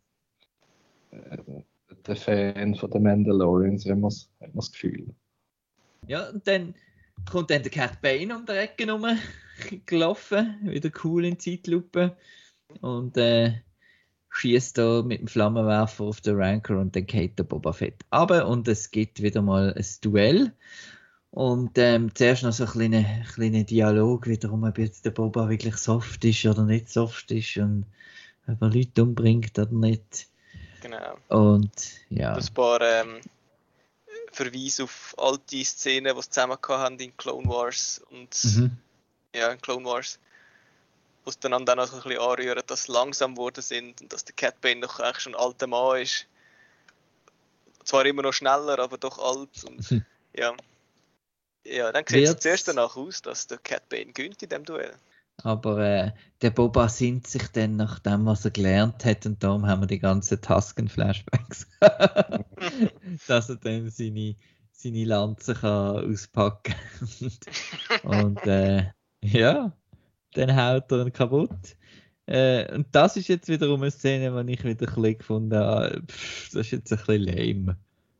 der Fan von den Mandalorians, hat man das Gefühl. Ja, und dann kommt dann der Cat Bane um die Ecke rum, gelaufen, wieder cool in Zeitlupe und schießt da mit dem Flammenwerfer auf den Rancor und dann geht der Boba Fett runter und es gibt wieder mal ein Duell. Und zuerst noch so ein kleiner Dialog wiederum, ob jetzt der Boba wirklich soft ist oder nicht soft ist und ob er Leute umbringt oder nicht. Genau. Und ja. Ein paar Verweise auf alte Szenen, die sie zusammen haben in Clone Wars und ja, in Clone Wars, wo sie dann auch noch ein bisschen anrühren, dass sie langsam geworden sind und dass der Cat Bane noch eigentlich schon ein alter Mann ist. Zwar immer noch schneller, aber doch alt und ja. Ja, dann sieht es zuerst danach aus, dass der Cat Bane gönnt in diesem Duell. Aber der Boba sinnt sich dann nach dem, was er gelernt hat, und darum haben wir die ganzen Tusken-Flashbacks. Dass er dann seine Lanze kann auspacken und ja, dann haut er ihn kaputt. Und das ist jetzt wiederum eine Szene, die ich wieder ein bisschen gefunden habe, das ist jetzt ein bisschen lame.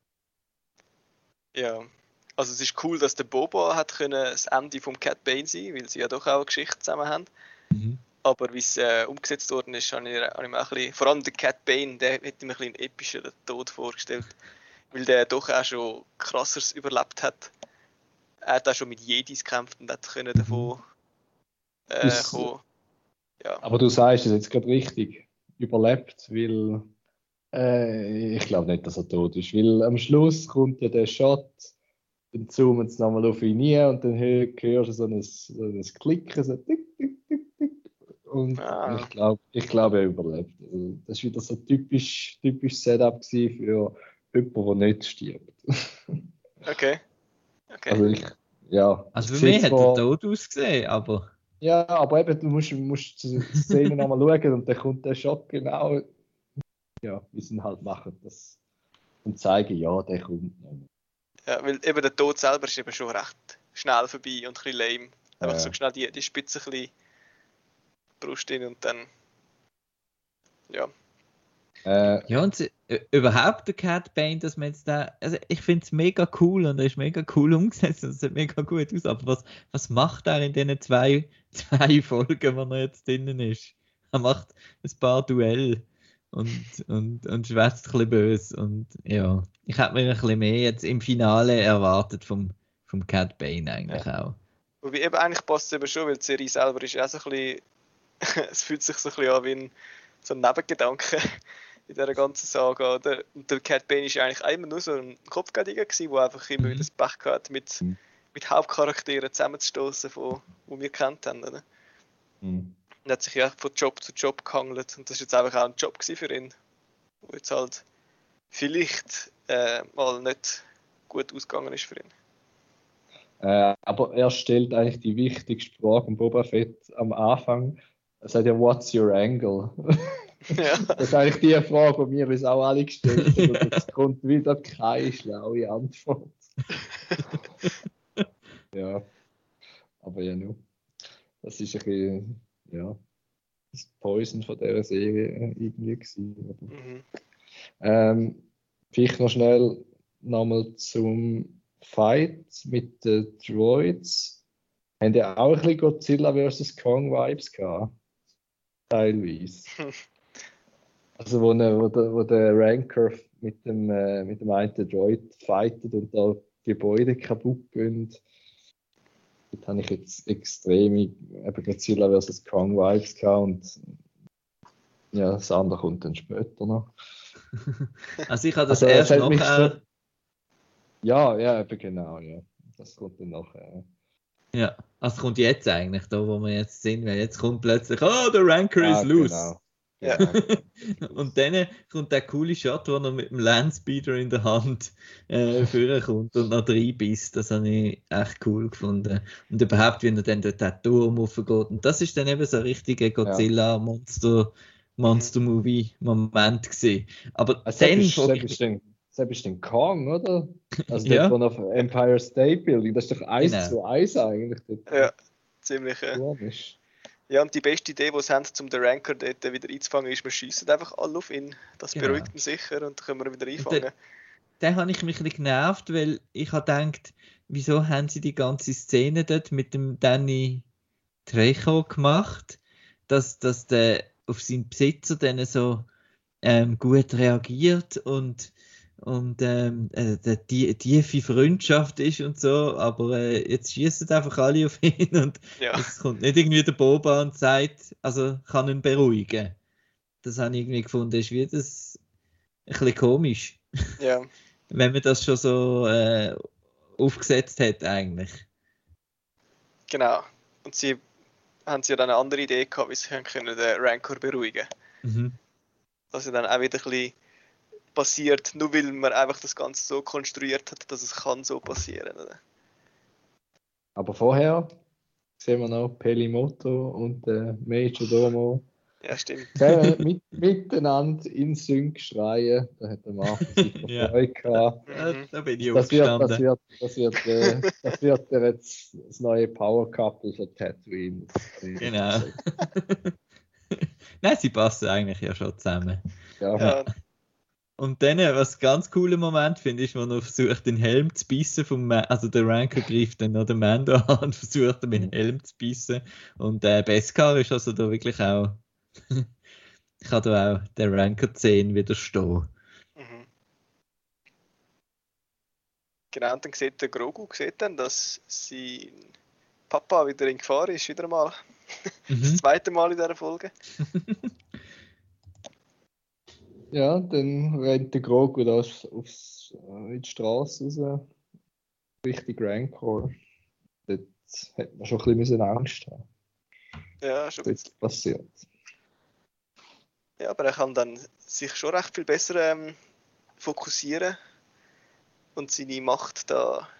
Ja, also es ist cool, dass der Boba hat können das Ende vom Cat Bane sein, weil sie ja doch auch eine Geschichte zusammen haben. Aber wie es umgesetzt worden ist, habe ich mir auch ein bisschen, vor allem der Cat Bane, der hätte mir ein bisschen einen epischeren Tod vorgestellt, weil der doch auch schon krasseres überlebt hat. Er hat auch schon mit Jedis gekämpft und hat können davon kommen. Ja. Aber du sagst es jetzt gerade richtig, überlebt, weil ich glaube nicht, dass er tot ist, weil am Schluss kommt ja der Shot, dann zoomen sie nochmal auf ihn hin und dann hörst du so ein Klicken, so tick, tick, tick, tick. Und ich glaube, er überlebt. Also, das war wieder so typisch Setup für jemanden, der nicht stirbt. Okay. Also für mich hat er tot ausgesehen, aber... Ja, aber eben, du musst die Szene nochmal schauen und dann kommt der Shot genau, ja, wie sie ihn halt machen. Und zeigen, ja, der kommt. Ja, weil eben der Tod selber ist eben schon recht schnell vorbei und ein bisschen lame. Einfach so schnell die Spitze ein bisschen Brust rein und dann ja. Ja, und überhaupt der Cat Bane, dass man jetzt da, also ich finde es mega cool und er ist mega cool umgesetzt und es sieht mega gut aus, aber was macht er in diesen zwei Folgen, wo er jetzt drinnen ist? Er macht ein paar Duelle und schwätzt ein bisschen böse und ja, ich hätte mir ein bisschen mehr jetzt im Finale erwartet vom Cat Bane eigentlich auch. Wobei eben eigentlich passt es eben schon, weil die Serie selber ist auch so ein bisschen, es fühlt sich so ein bisschen an wie so ein Nebengedanke in dieser ganzen Saga, oder? Und der Cat Bane ist ja eigentlich immer nur so ein Kopfgediger gewesen, der einfach immer das Pech hat, mit Hauptcharakteren zusammenzustoßen, die wir kennt haben, oder? Und hat sich ja von Job zu Job gehangelt und das war jetzt einfach auch ein Job für ihn, der jetzt halt vielleicht mal nicht gut ausgegangen ist für ihn. Aber er stellt eigentlich die wichtigste Frage an Boba Fett am Anfang. Er sagt ja, what's your angle? Ja. Das ist eigentlich die Frage, die wir uns auch alle gestellt haben. Und es kommt wieder keine schlaue Antwort. Ja, aber ja, nur. Das ist ein bisschen, ja, das Poison von dieser Serie irgendwie gewesen. Vielleicht noch schnell nochmal zum Fight mit den Droids haben ja auch ein bisschen Godzilla vs. Kong Vibes gehabt. Teilweise. Also wo der Rancor mit dem einen Droid fightet und da Gebäude kaputt gehen. Dort habe ich jetzt extreme Godzilla vs. Kong Vibes gehabt und ja, das andere kommt dann später noch. Also ich habe das Also, erst es hat mich nachher... so- Ja, eben genau, ja. Das kommt dann nachher. Ja, also es kommt jetzt eigentlich, da wo wir jetzt sind, weil jetzt kommt plötzlich, oh, der Rancor Ja, is loose. genau. Und dann kommt der coole Shot, wo er mit dem Landspeeder in der Hand vorkommt und noch reinbisst. Das habe ich echt cool gefunden. Und überhaupt, wie er dann dort den Turm raufgeht. Und das ist dann eben so ein richtiger Godzilla-Monster-Movie-Moment gewesen. Aber Also, dann das ist den Kong, oder? Also Ja. dort, wo auf Empire State Building, das ist doch 1:1 eigentlich. Dort Ja, ziemlich. ist. Ja, und die beste Idee, die sie haben, um den Ranker dort wieder einzufangen, ist, wir schiessen einfach alle auf ihn. Das Genau. beruhigt ihn sicher und dann können wir ihn wieder einfangen. Dann habe ich mich ein bisschen genervt, weil ich habe gedacht, wieso haben sie die ganze Szene dort mit dem Danny Trejo gemacht, dass der auf seinen Besitzer dann so gut reagiert und die tiefe Freundschaft ist und so, aber jetzt schießen einfach alle auf ihn und Ja. es kommt nicht irgendwie der Boba und sagt, also kann ihn beruhigen. Das habe ich irgendwie gefunden, ist wie das ein bisschen komisch. Ja. Wenn man das schon so aufgesetzt hat eigentlich. Genau. Und sie haben ja dann eine andere Idee gehabt, wie sie können den Rancor beruhigen können. Mhm. Dass er dann auch wieder ein bisschen passiert, nur weil man einfach das Ganze so konstruiert hat, dass es kann so passieren. Oder? Aber vorher sehen wir noch Pelimoto und Major Domo Ja, stimmt. miteinander in Sync schreien. Da hat der Martin sicher Ja. Freude gehabt. Da bin ich Das wird aufgestanden. jetzt das neue Power Couple für Tatooine. Genau. Nein, sie passen eigentlich ja schon zusammen. Ja, Und dann, was ein ganz cooler Moment finde, ist, wenn er versucht, den Helm zu bissen also der Rancor greift dann noch den Mando an und versucht, ihn mit dem Helm zu bissen. Und Beskar ist also da wirklich auch, kann da auch der Rancor-Szene widerstehen. mhm. Genau, und dann sieht der Grogu dann, dass sein Papa wieder in Gefahr ist, wieder mal. Das zweite Mal in dieser Folge. Ja, dann rennt der Grogu da in die Straße raus, Richtung Rancor. Dort hat man schon ein bisschen Angst haben, Ja, schon ein was jetzt passiert. Ja, aber er kann dann sich schon recht viel besser fokussieren und seine Macht da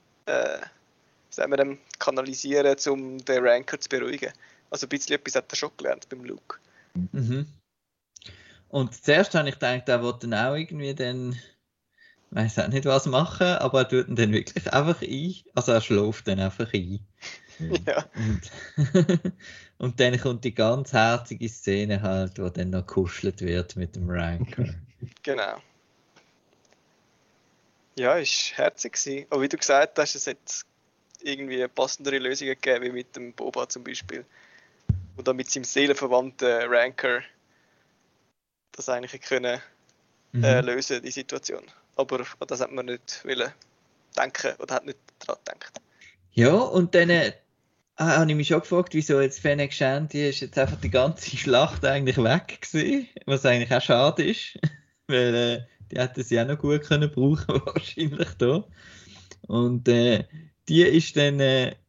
kanalisieren, um den Rancor zu beruhigen. Also ein bisschen etwas hat er schon gelernt beim Luke. Mhm. Und zuerst habe ich gedacht, er will dann auch irgendwie dann, ich weiß auch nicht was machen, aber er tut ihn dann wirklich einfach ein. Also er schläft dann einfach ein. Ja. Und dann kommt die ganz herzige Szene halt, wo dann noch gekuschelt wird mit dem Rancor. Genau. Ja, ist herzig gewesen. Aber wie du gesagt hast, es hat irgendwie passendere Lösungen gegeben, wie mit dem Boba zum Beispiel. Und dann mit seinem seelenverwandten Rancor das eigentlich können lösen, die Situation. Aber das hat man nicht wollen denken oder hat nicht daran gedacht. Ja, und dann habe ich mich schon gefragt, wieso jetzt Fennec Shand, die ist jetzt einfach die ganze Schlacht eigentlich weg gewesen, was eigentlich auch schade ist, weil die hätten sie auch noch gut können brauchen wahrscheinlich da. Und die ist dann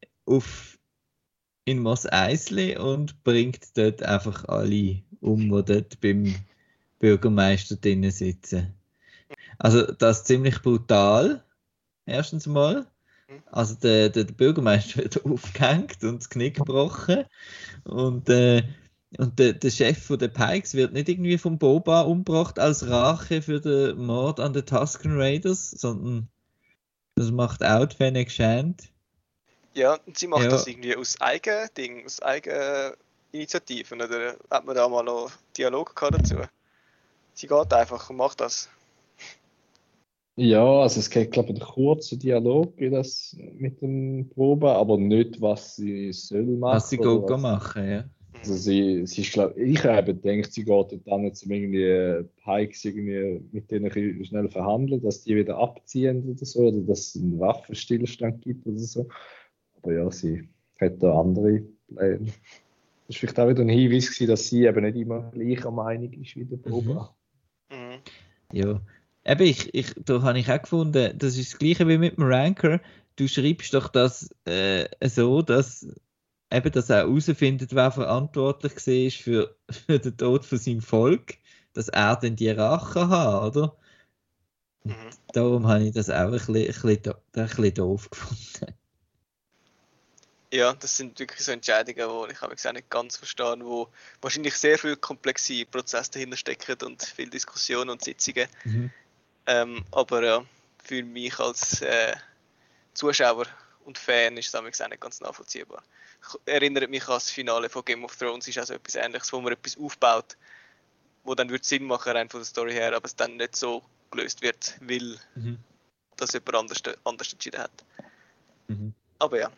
in Mos Eisley und bringt dort einfach alle die dort beim Bürgermeister drinnen sitzen. Also das ist ziemlich brutal, erstens mal. Also der Bürgermeister wird aufgehängt und das Knick gebrochen und der Chef von den Pikes wird nicht irgendwie vom Boba umgebracht als Rache für den Mord an den Tusken Raiders, sondern das macht auch die Fennec Shand. Ja, und sie macht Ja. das irgendwie aus eigenen Initiativen, oder hat man da mal noch Dialog gehabt dazu? Sie geht einfach und macht das. Ja, also es gibt, glaube ich, einen kurzen Dialog in das mit dem Boba, aber nicht, was sie soll Was sie machen oder was. machen, ja. Also sie ist, glaube ich, habe gedacht, sie geht dort dann jetzt irgendwie Pikes irgendwie mit denen ein bisschen schnell verhandeln, dass die wieder abziehen oder so, oder dass es einen Waffenstillstand gibt oder so. Aber ja, sie hat da andere Pläne. Das ist vielleicht auch wieder ein Hinweis gewesen, dass sie eben nicht immer gleicher Meinung ist wie der Boba. Mhm. Ja. Eben, da habe ich auch gefunden, das ist das Gleiche wie mit dem Ranker. Du schreibst doch das so, dass eben das auch herausfindet, wer verantwortlich war für den Tod von seinem Volk, dass er dann die Rache hat, oder? Mhm. Darum habe ich das auch ein bisschen doof gefunden. Ja, das sind wirklich so Entscheidungen, die ich auch nicht ganz verstehe, wo wahrscheinlich sehr viel komplexe Prozesse dahinter stecken und viel Diskussionen und Sitzungen. Mhm. Aber ja, für mich als Zuschauer und Fan ist das auch nicht ganz nachvollziehbar. Ich erinnere mich an das Finale von Game of Thrones, ist also etwas Ähnliches, wo man etwas aufbaut, wo dann würde Sinn machen, rein von der Story her, aber es dann nicht so gelöst wird, weil das jemand anders entschieden hat. Mhm. Aber ja.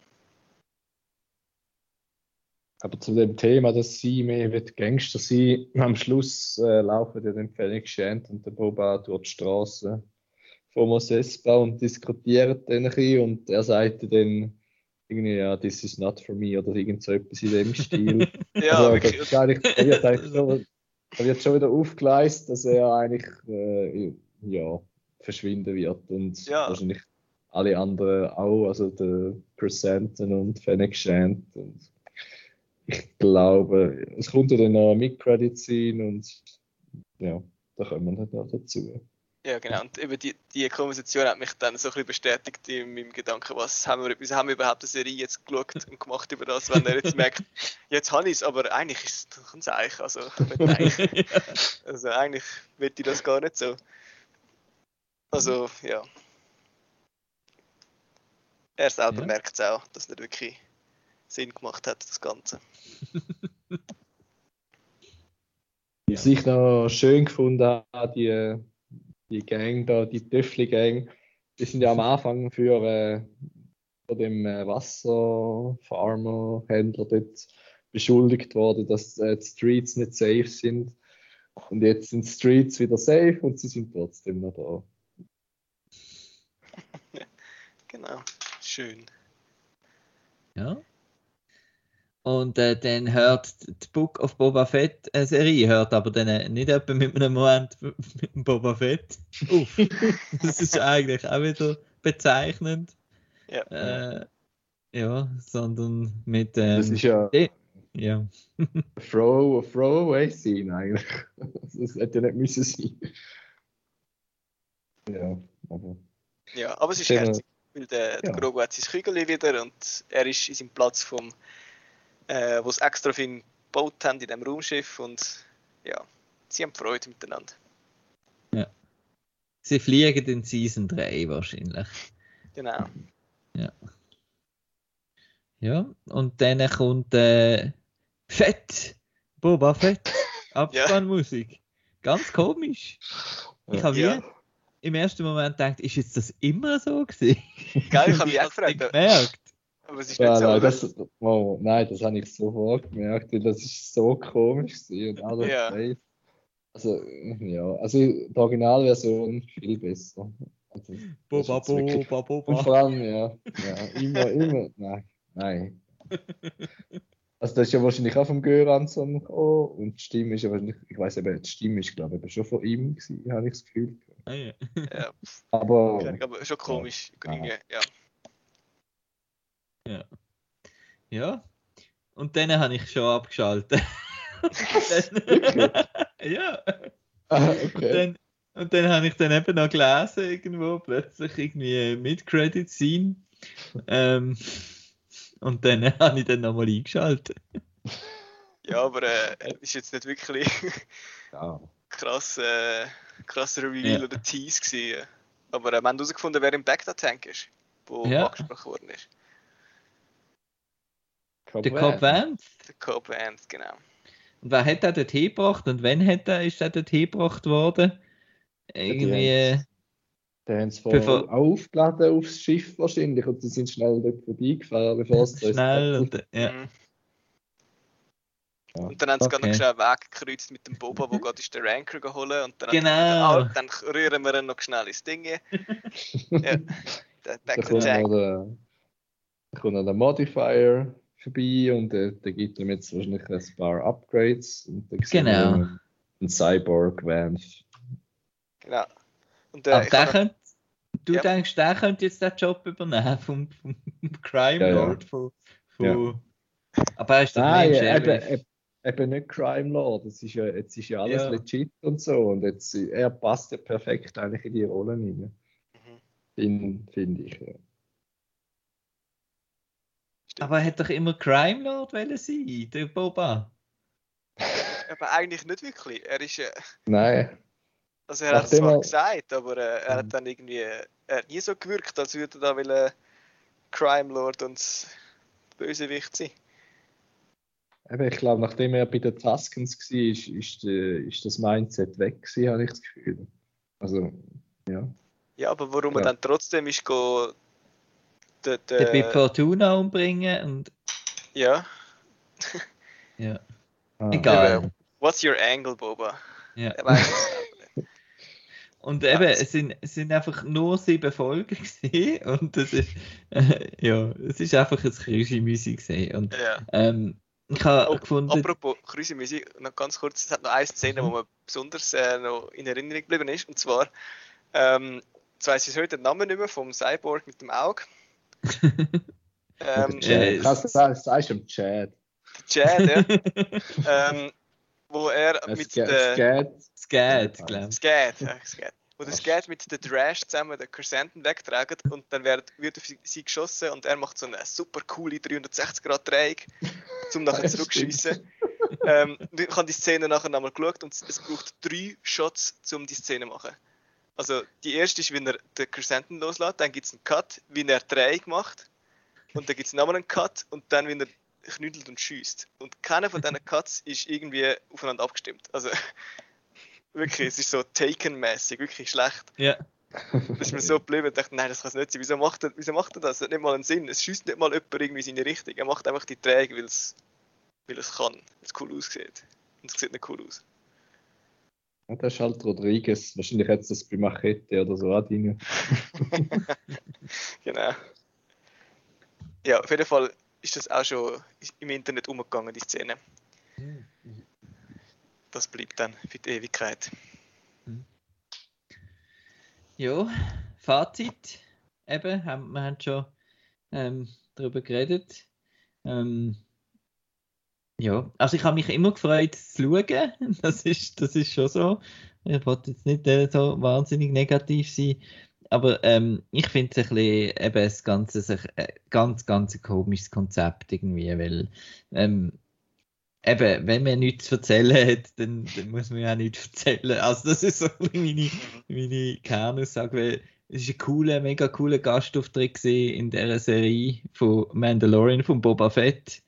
Aber zu dem Thema, dass sie mehr wird Gangster sein, am Schluss laufen ja dann Phoenix Shand und der Boba durch die Straße von Mos Espa und diskutieren dann ein bisschen und er sagte dann irgendwie, ja, this is not for me oder irgend so etwas in dem Stil. Ja, also, wirklich. das ist eigentlich, da wird schon wieder aufgeleistet, dass er eigentlich ja, verschwinden wird und Ja. wahrscheinlich alle anderen auch, also der Chrysanthemum und Fennec Shand und ich glaube, es kommt ja dann noch Mid-Credit-Scene und ja, da kommen wir dann noch dazu. Ja, genau. Und eben die Konversation hat mich dann so ein bisschen bestätigt in meinem Gedanken, wieso haben wir überhaupt eine Serie jetzt geschaut und gemacht über das, wenn er jetzt merkt, jetzt habe ich es, aber eigentlich ist es ein Zeichen. Also eigentlich will ich das gar nicht so. Also, ja. Er selber merkt es auch, dass es nicht wirklich Sinn gemacht hat, das Ganze. Was ich noch schön gefunden habe, die Gang da, die Töffli-Gang, die sind ja am Anfang von dem Wasserfarmer-Händler dort beschuldigt worden, dass die Streets nicht safe sind. Und jetzt sind die Streets wieder safe und sie sind trotzdem noch da. Genau, schön. Ja. Und dann hört die Book of Boba Fett Serie, hört aber dann nicht etwa mit einem Moment mit dem Boba Fett auf. Das ist eigentlich auch wieder bezeichnend. Ja. Ja, sondern mit Das ist ja ja. Throwaway-Scene eigentlich. Das hätte ja nicht müssen sein. Ja, aber es ist herzig, weil der Grogu hat sein Kügel wieder und er ist in seinem Platz wo es extra für ihn gebaut haben in diesem Raumschiff und ja, sie haben Freude miteinander. Ja. Sie fliegen in Season 3 wahrscheinlich. Genau. Ja. Ja, und dann kommt Fett, Boba Fett, Abspannmusik. Ganz komisch. Ich habe im ersten Moment gedacht, ist jetzt das immer so gewesen? Geil, ich habe mich auch gefragt. Gemerkt. Aber es ist nicht so. Nein, das habe ich sofort gemerkt, weil das ist so komisch gewesen. Also die Originalversion viel besser. Also, Boba. Und vor allem, immer, nein. Also das ist ja wahrscheinlich auch vom Göransson gekommen und die Stimme ist ja wahrscheinlich, ich weiß eben, die Stimme ist glaube ich schon von ihm gewesen, habe ich das Gefühl. Ah, ja. Aber schon komisch. Ja. Und dann habe ich schon abgeschaltet. Ja. Okay. Und dann habe ich dann eben noch gelesen, irgendwo, plötzlich irgendwie Mid-Credit-Scene. Und dann habe ich dann nochmal eingeschaltet. Ja, aber ist jetzt nicht wirklich krasser Reveal oder Tease gewesen. Aber wir haben herausgefunden, wer im Bagdad-Tank ist, wo angesprochen worden ist. Der Cobb Vanth. Der Cobb Vanth, genau. Und wer hat er dort hingebracht und wann ist er dort hingebracht worden? Irgendwie. Die haben es Bevor- auch aufgeladen aufs Schiff wahrscheinlich und die sind schnell dort vorbeigefahren, bevor es Schnell und ja. Mhm. Ja. Und dann haben sie gerade Okay. noch schnell einen Weg gekreuzt mit dem Boba, wo gerade ist den Ranker geholt und dann Genau. hat er gefunden, dann rühren wir ihn noch schnell ins Ding. Ja, Da back to kommt Tank. noch der Modifier vorbei und der gibt ihm jetzt wahrscheinlich ein paar Upgrades. Und dann sehen wir Genau. einen Cyborg-Vamp. Genau. Und Aber ich der habe könnte, du Ja. denkst, der könnte jetzt den Job übernehmen vom Crime Ja, ja. Lord. Aber er ist doch mehr Nein, im Sheriff. eben nicht Crime Lord. Jetzt ist ja alles Ja. legit und so. Und jetzt, er passt ja perfekt eigentlich in die Rolle rein. Finde ich. Ja. Aber er hat doch immer Crime Lord wollen sein, der Boba. aber eigentlich nicht wirklich. Er ist, Nein. also er hat es Nachdem zwar er- gesagt, aber er hat dann irgendwie er hat nie so gewirkt, als würde er da will Crime Lord und Bösewicht sein. Eben, ich glaube, nachdem er bei den Tuskens war, ist das Mindset weg gewesen, habe ich das Gefühl. Also, ja. Ja, aber warum er Ja. dann trotzdem ist go Den Bib Fortuna umbringen und ja. ja. Ah. Egal. What's your angle, Boba? Ja. Er weiß es selber nicht. Und Ja, eben, das- es sind einfach nur 7 Folgen gewesen und das ist, ja, es ist einfach ein Krüsi-Müsi gewesen. Und Ja. ich habe Oh, gefunden, apropos Krüsi-Musik, noch ganz kurz, es hat noch eine Szene, wo mir besonders noch in Erinnerung geblieben ist, und zwar, jetzt weiss ich heute den Namen nicht mehr, vom Cyborg mit dem Auge. Ja, Sagst du im Chat. Chad, ja. Wo er mit der Scat, glaube ich. Scat. Wo der Scat mit der Drash zusammen den Chrysanthemum wegtragen und dann wird auf sie geschossen und er macht so eine super coole 360-Grad-Drehung, um nachher zurückschießen. Ich habe die Szene nachher nochmal geschaut und es braucht 3 Shots, um die Szene zu machen. Also die erste ist, wenn er den Chrysanthemum loslässt, dann gibt es einen Cut, wie er die Drehung macht und dann gibt es nochmal einen Cut und dann, wenn er knüdelt und schießt. Und keiner von diesen Cuts ist irgendwie aufeinander abgestimmt. Also wirklich, es ist so Taken-mäßig, wirklich schlecht. Ja. Das ist mir so geblieben und dachte, nein, das kann es nicht sein. Wieso macht er das? Das hat nicht mal einen Sinn. Es schießt nicht mal jemand irgendwie in seine Richtung. Er macht einfach die Träge, weil es kann, weil es cool aussieht. Und es sieht nicht cool aus. Ja, das ist halt Rodriguez. Wahrscheinlich hat es das bei Machete oder so auch drin. Genau. Ja, auf jeden Fall ist das auch schon im Internet umgegangen, die Szene. Das bleibt dann für die Ewigkeit. Ja, Fazit. Eben, wir haben schon darüber geredet. Ja, also ich habe mich immer gefreut zu schauen. Das ist schon so. Ich wollte jetzt nicht so wahnsinnig negativ sein. Aber ich finde es ein bisschen eben das Ganze ganz ein komisches Konzept irgendwie, weil eben, wenn man nichts zu erzählen hat, dann muss man ja auch nichts erzählen. Also das ist so meine Kernaussage, weil es ist ein mega cooler Gastauftritt gewesen in dieser Serie von Mandalorian, von Boba Fett.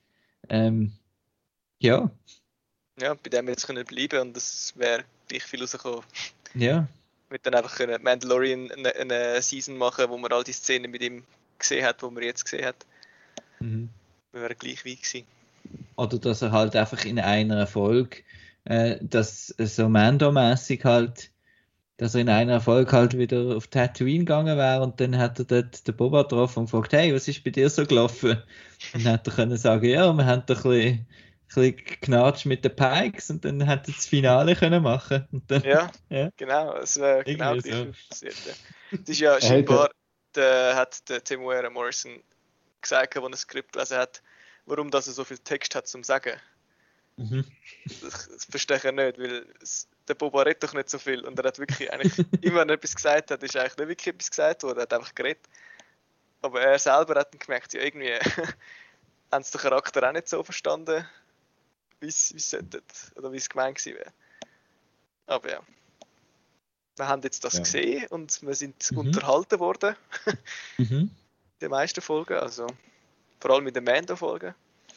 Ja. Ja, bei dem jetzt können bleiben und das wäre gleich viel rausgekommen. Ja. Wir dann einfach können Mandalorian eine Season machen, wo man all die Szenen mit ihm gesehen hat, wo man jetzt gesehen hat. Mhm. Wir wären gleich weit gewesen. Oder dass er halt einfach in einer Folge, dass so Mando-mäßig halt, dass er in einer Folge halt wieder auf Tatooine gegangen wäre und dann hat er dort den Boba getroffen und gefragt, hey, was ist bei dir so gelaufen? Und dann hat er können sagen, ja, wir haben doch ein bisschen geknatscht mit den Pikes und dann hat er das Finale können machen. Und dann, Ja, Ja. genau, es wäre genau Irgendwie gleich so. passiert. Ja. Das ist ja scheinbar, hat der Temuera Morrison gesagt, als er das Skript gelesen hat, warum dass er so viel Text hat zum Sagen. Mhm. Das verstehe ich nicht, weil der Boba redet doch nicht so viel und er hat wirklich eigentlich, immer wenn er etwas gesagt hat, ist eigentlich nicht wirklich etwas gesagt worden, er hat einfach geredet. Aber er selber hat dann gemerkt, ja irgendwie haben sie den Charakter auch nicht so verstanden, wie es sollte oder wie es gemeint gewesen wäre. Aber ja. Wir haben jetzt das gesehen und wir sind unterhalten worden. Mhm. Die meisten Folgen, also vor allem mit den Mando-Folgen.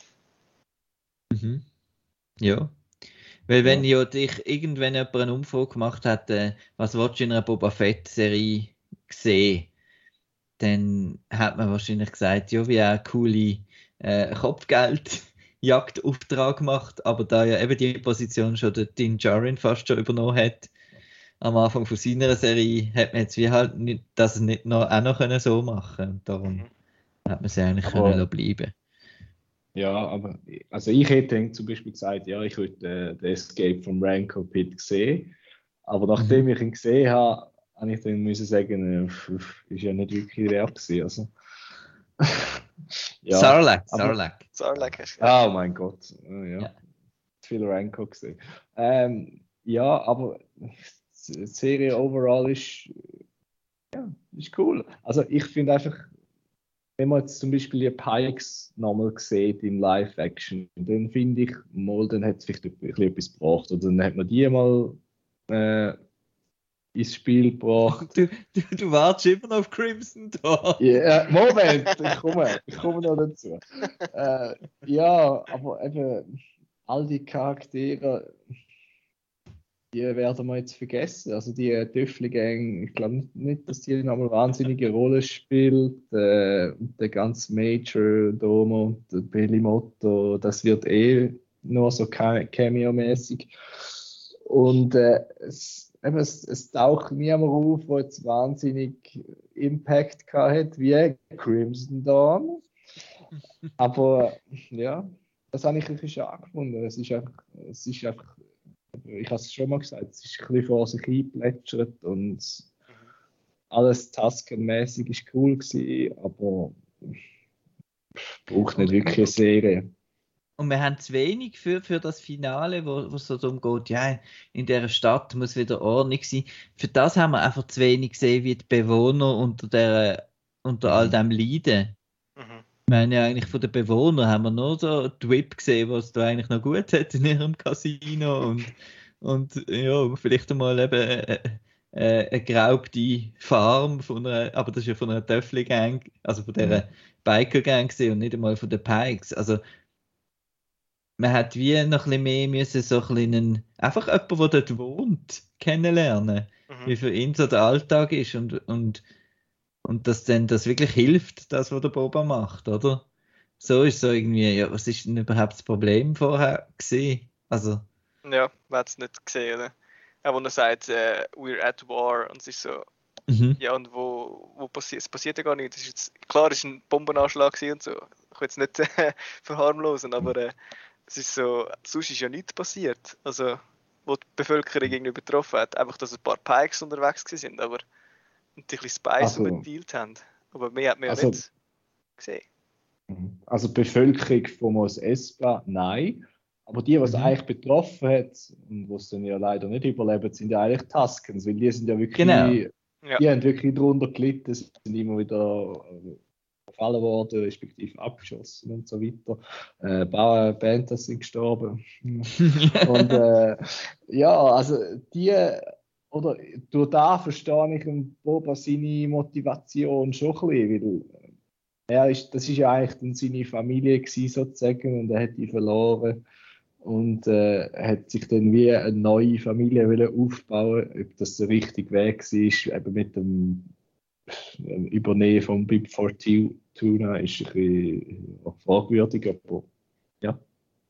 Mhm. Ja. Weil wenn ja dich irgendwann jemand eine Umfrage gemacht hat, was willst du in einer Boba Fett-Serie gesehen, dann hat man wahrscheinlich gesagt, ja, wie eine coole Kopfgeldjagdauftrag gemacht, aber da ja eben die Position schon der Din Djarin fast schon übernommen hat, am Anfang von seiner Serie, hat man jetzt wie halt nicht, das nicht noch, auch noch können so machen und darum hat man sie eigentlich können lassen bleiben. Ja, aber also ich hätte zum Beispiel gesagt, ja, ich würde den Escape vom Rancor Pit sehen, aber nachdem ich ihn gesehen habe, habe ich dann müssen sagen, ist ja nicht wirklich wert gewesen, also. Ja, Sarlacc. Oh mein Gott, ja. Viel Rancor gesehen. Ja, aber die Serie overall ist cool. Also ich finde einfach, wenn man jetzt zum Beispiel die Pikes nochmal sieht in Live-Action, dann finde ich, dann hat es vielleicht ein bisschen etwas gebracht. Oder dann hat man die mal ins Spiel gebracht. Du wartest immer noch auf Crimson Dawn. Yeah, Moment, ich komme noch dazu. Ja, aber eben all die Charaktere, die werden wir jetzt vergessen. Also die Töffli-Gang, ich glaube nicht, dass die nochmal wahnsinnige Rolle spielt. Der ganze Major, Domo, der Billy Motto, das wird nur so Cameo-mäßig. Und es taucht niemand auf, der jetzt wahnsinnig Impact hat wie Crimson Dawn. Aber ja, das habe ich wirklich schade gefunden. Es ist einfach, ich habe es schon mal gesagt, es ist ein bisschen vor sich eingeplätschert und alles Tusken-mäßig ist cool gewesen, aber braucht nicht wirklich eine Serie. Und wir haben zu wenig für das Finale, wo es so darum geht, ja, in dieser Stadt muss wieder Ordnung sein. Für das haben wir einfach zu wenig gesehen, wie die Bewohner unter all dem leiden. Ich meine ja eigentlich von den Bewohnern haben wir nur so die Whip gesehen, was da eigentlich noch gut hat in ihrem Casino und ja, vielleicht einmal eben eine geraubte Farm aber das ist ja von einer Töffli-Gang, also von dieser Biker-Gang gesehen und nicht einmal von den Pikes. Also man hat wie noch ein bisschen mehr müssen so ein einfach jemanden, der dort wohnt, kennenlernen, wie für ihn so der Alltag ist und dass dann das wirklich hilft, das, was der Boba macht, oder? So ist so irgendwie, ja, was ist denn überhaupt das Problem vorher gewesen? Also. Ja, man hat es nicht gesehen, oder? Auch wenn er sagt, we're at war, und es ist so, ja, und wo passiert, es passiert ja gar nichts. Klar, es war ein Bombenanschlag und so. Ich will es nicht verharmlosen, aber es ist so, sonst ist ja nichts passiert. Also, wo die Bevölkerung irgendwie betroffen hat. Einfach, dass ein paar Pikes unterwegs waren, aber und die ein bisschen Spice umgedealt haben. Aber mehr hat man ja nicht gesehen. Also die Bevölkerung von Mos Espa, nein. Aber die, was eigentlich betroffen hat und was dann ja leider nicht überlebt, sind ja eigentlich Tuskens, weil die sind ja wirklich, die haben wirklich darunter gelitten, sind immer wieder gefallen worden, respektive abgeschossen und so weiter. Panthers sind gestorben. Und ja, also die, oder durch da verstehe ich Boba seine Motivation schon ein bisschen, weil das ist ja eigentlich dann seine Familie gewesen, sozusagen, und er hat die verloren und hat sich dann wie eine neue Familie aufbauen, ob das der richtige Weg war, eben mit dem Übernehmen von Bib Fortuna ist ein bisschen fragwürdig, aber ja.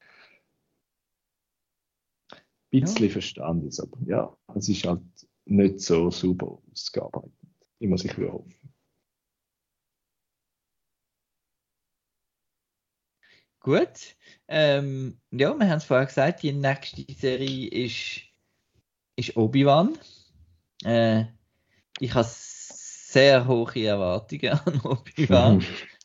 Ein bisschen verstanden ist, aber ja, es ist halt nicht so super ausgearbeitet, wie man sich hoffen. Gut. Ja, wir haben es vorher gesagt, die nächste Serie ist Obi-Wan. Ich habe sehr hohe Erwartungen an Obi-Wan.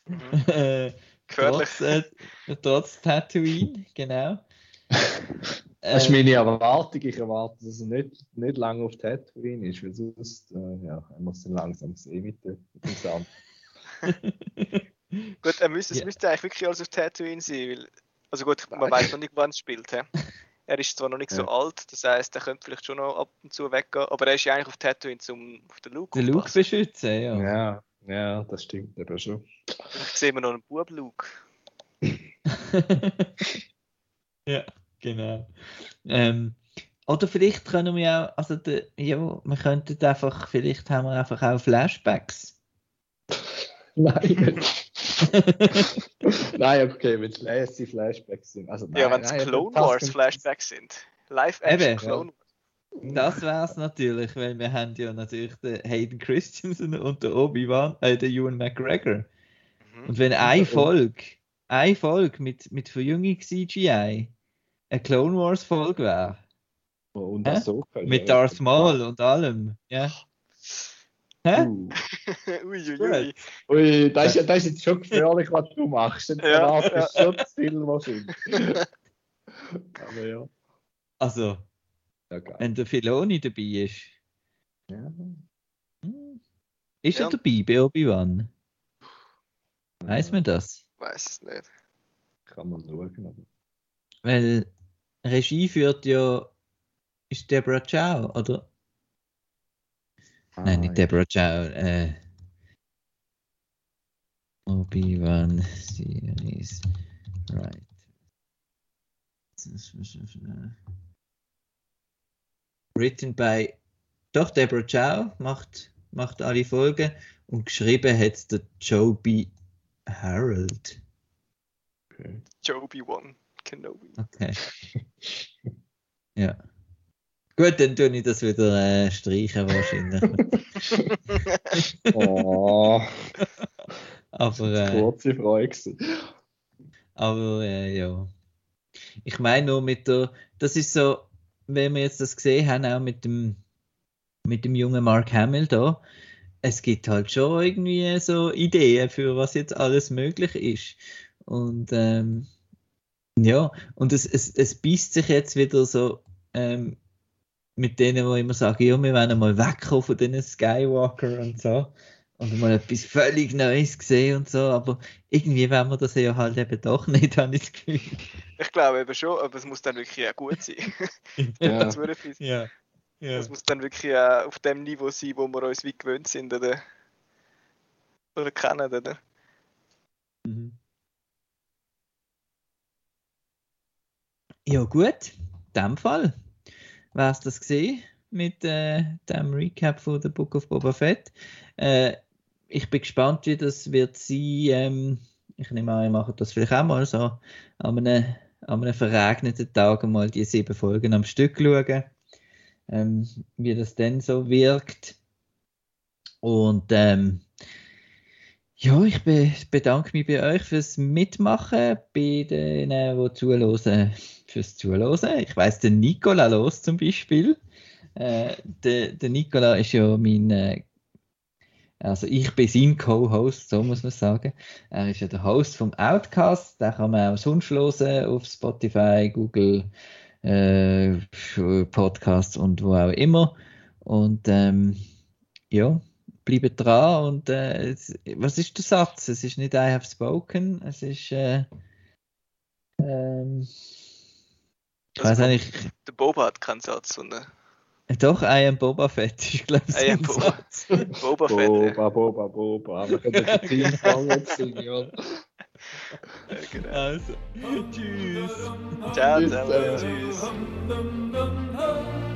Trotz Tatooine, genau. Das ist meine Erwartung. Ich erwarte, dass er nicht lange auf Tatooine ist, weil sonst haben wir es dann langsam sehen mit dem Sound. Gut, es müsste eigentlich wirklich alles auf Tatooine sein, weil, also gut, man weiß noch nicht, wann es spielt. He? Er ist zwar noch nicht so alt, das heisst, er könnte vielleicht schon noch ab und zu weggehen, aber er ist ja eigentlich auf Tatooine, um auf den Luke zu beschützen, ja. Ja, das stimmt eben schon. Vielleicht sehen wir noch einen Bub-Luke. Ja, genau. Oder vielleicht können wir auch, also wir könnten einfach, vielleicht haben wir einfach auch Flashbacks. Nein. Nein, okay, wenn es lazy Flashbacks sind. Also, Ja, wenn es Clone Wars Flashbacks sind. Live-Action Clone Wars. Das wär's natürlich, weil wir haben ja natürlich den Hayden Christensen und den Obi-Wan, den Ewan McGregor. Und wenn eine Folge mit Verjüngung CGI eine Clone Wars Folge wäre, und das so mit Darth Maul und allem, ja. Hä? Uiuiui. Ui, das ist jetzt schon gefährlich, was du machst. Das ist schon zu viel wahrscheinlich. Aber ja. Also, wenn der Filoni dabei ist. Ja. Ist er dabei bei Obi-Wan? Weiß man das? Weiß es nicht. Kann man schauen. Weil Regie führt ja. Ist Deborah Chow, oder? Nein, nicht Deborah Chow. Obi-Wan Series. Right. Written by. Doch, Deborah Chow macht alle Folgen und geschrieben hat der Joby Harold. Okay. Joby-Wan Kenobi. Okay. Ja. Gut, dann tue ich das wieder streichen wahrscheinlich. Oh. Aber, kurze Freude. Aber ja. Ich meine nur das ist so, wenn wir jetzt das gesehen haben, auch mit dem jungen Mark Hamill da, es gibt halt schon irgendwie so Ideen für was jetzt alles möglich ist. Und ja, und es beißt sich jetzt wieder so mit denen, die immer sagen, ja, wir wollen mal wegkommen von diesen Skywalker und so und mal etwas völlig Neues sehen und so, aber irgendwie wollen wir das ja halt eben doch nicht, habe ich das Gefühl. Ich glaube eben schon, aber es muss dann wirklich auch gut sein. Ja. Es muss dann wirklich auch auf dem Niveau sein, wo wir uns wie gewöhnt sind oder kennen, oder? Mhm. Ja gut, in dem Fall wäre es das gesehen mit dem Recap von The Book of Boba Fett. Ich bin gespannt, wie das wird sein. Ich nehme an, ihr macht das vielleicht auch mal so an einem verregneten Tag mal die 7 Folgen am Stück schauen, wie das dann so wirkt. Und ja, ich bedanke mich bei euch fürs Mitmachen, bei denen, die zuhören, fürs Zuhören. Ich weiss, der Nicola los zum Beispiel. Der Nicola ist ja also ich bin sein Co-Host, so muss man sagen. Er ist ja der Host vom Outcast, den kann man auch sonst hören auf Spotify, Google Podcasts und wo auch immer. Und ja, bleibt dran und was ist der Satz? Es ist nicht I have spoken, es ist ich weiß eigentlich. Der Boba hat keinen Satz, sondern Doch, I am Boba Fett, ich glaube, I am Boba. Boba Fett. Boba. Wir können den Teamsong jetzt singen, ja. Ja, genau. Also, tschüss. Ciao Tschüss, zusammen. Tschüss.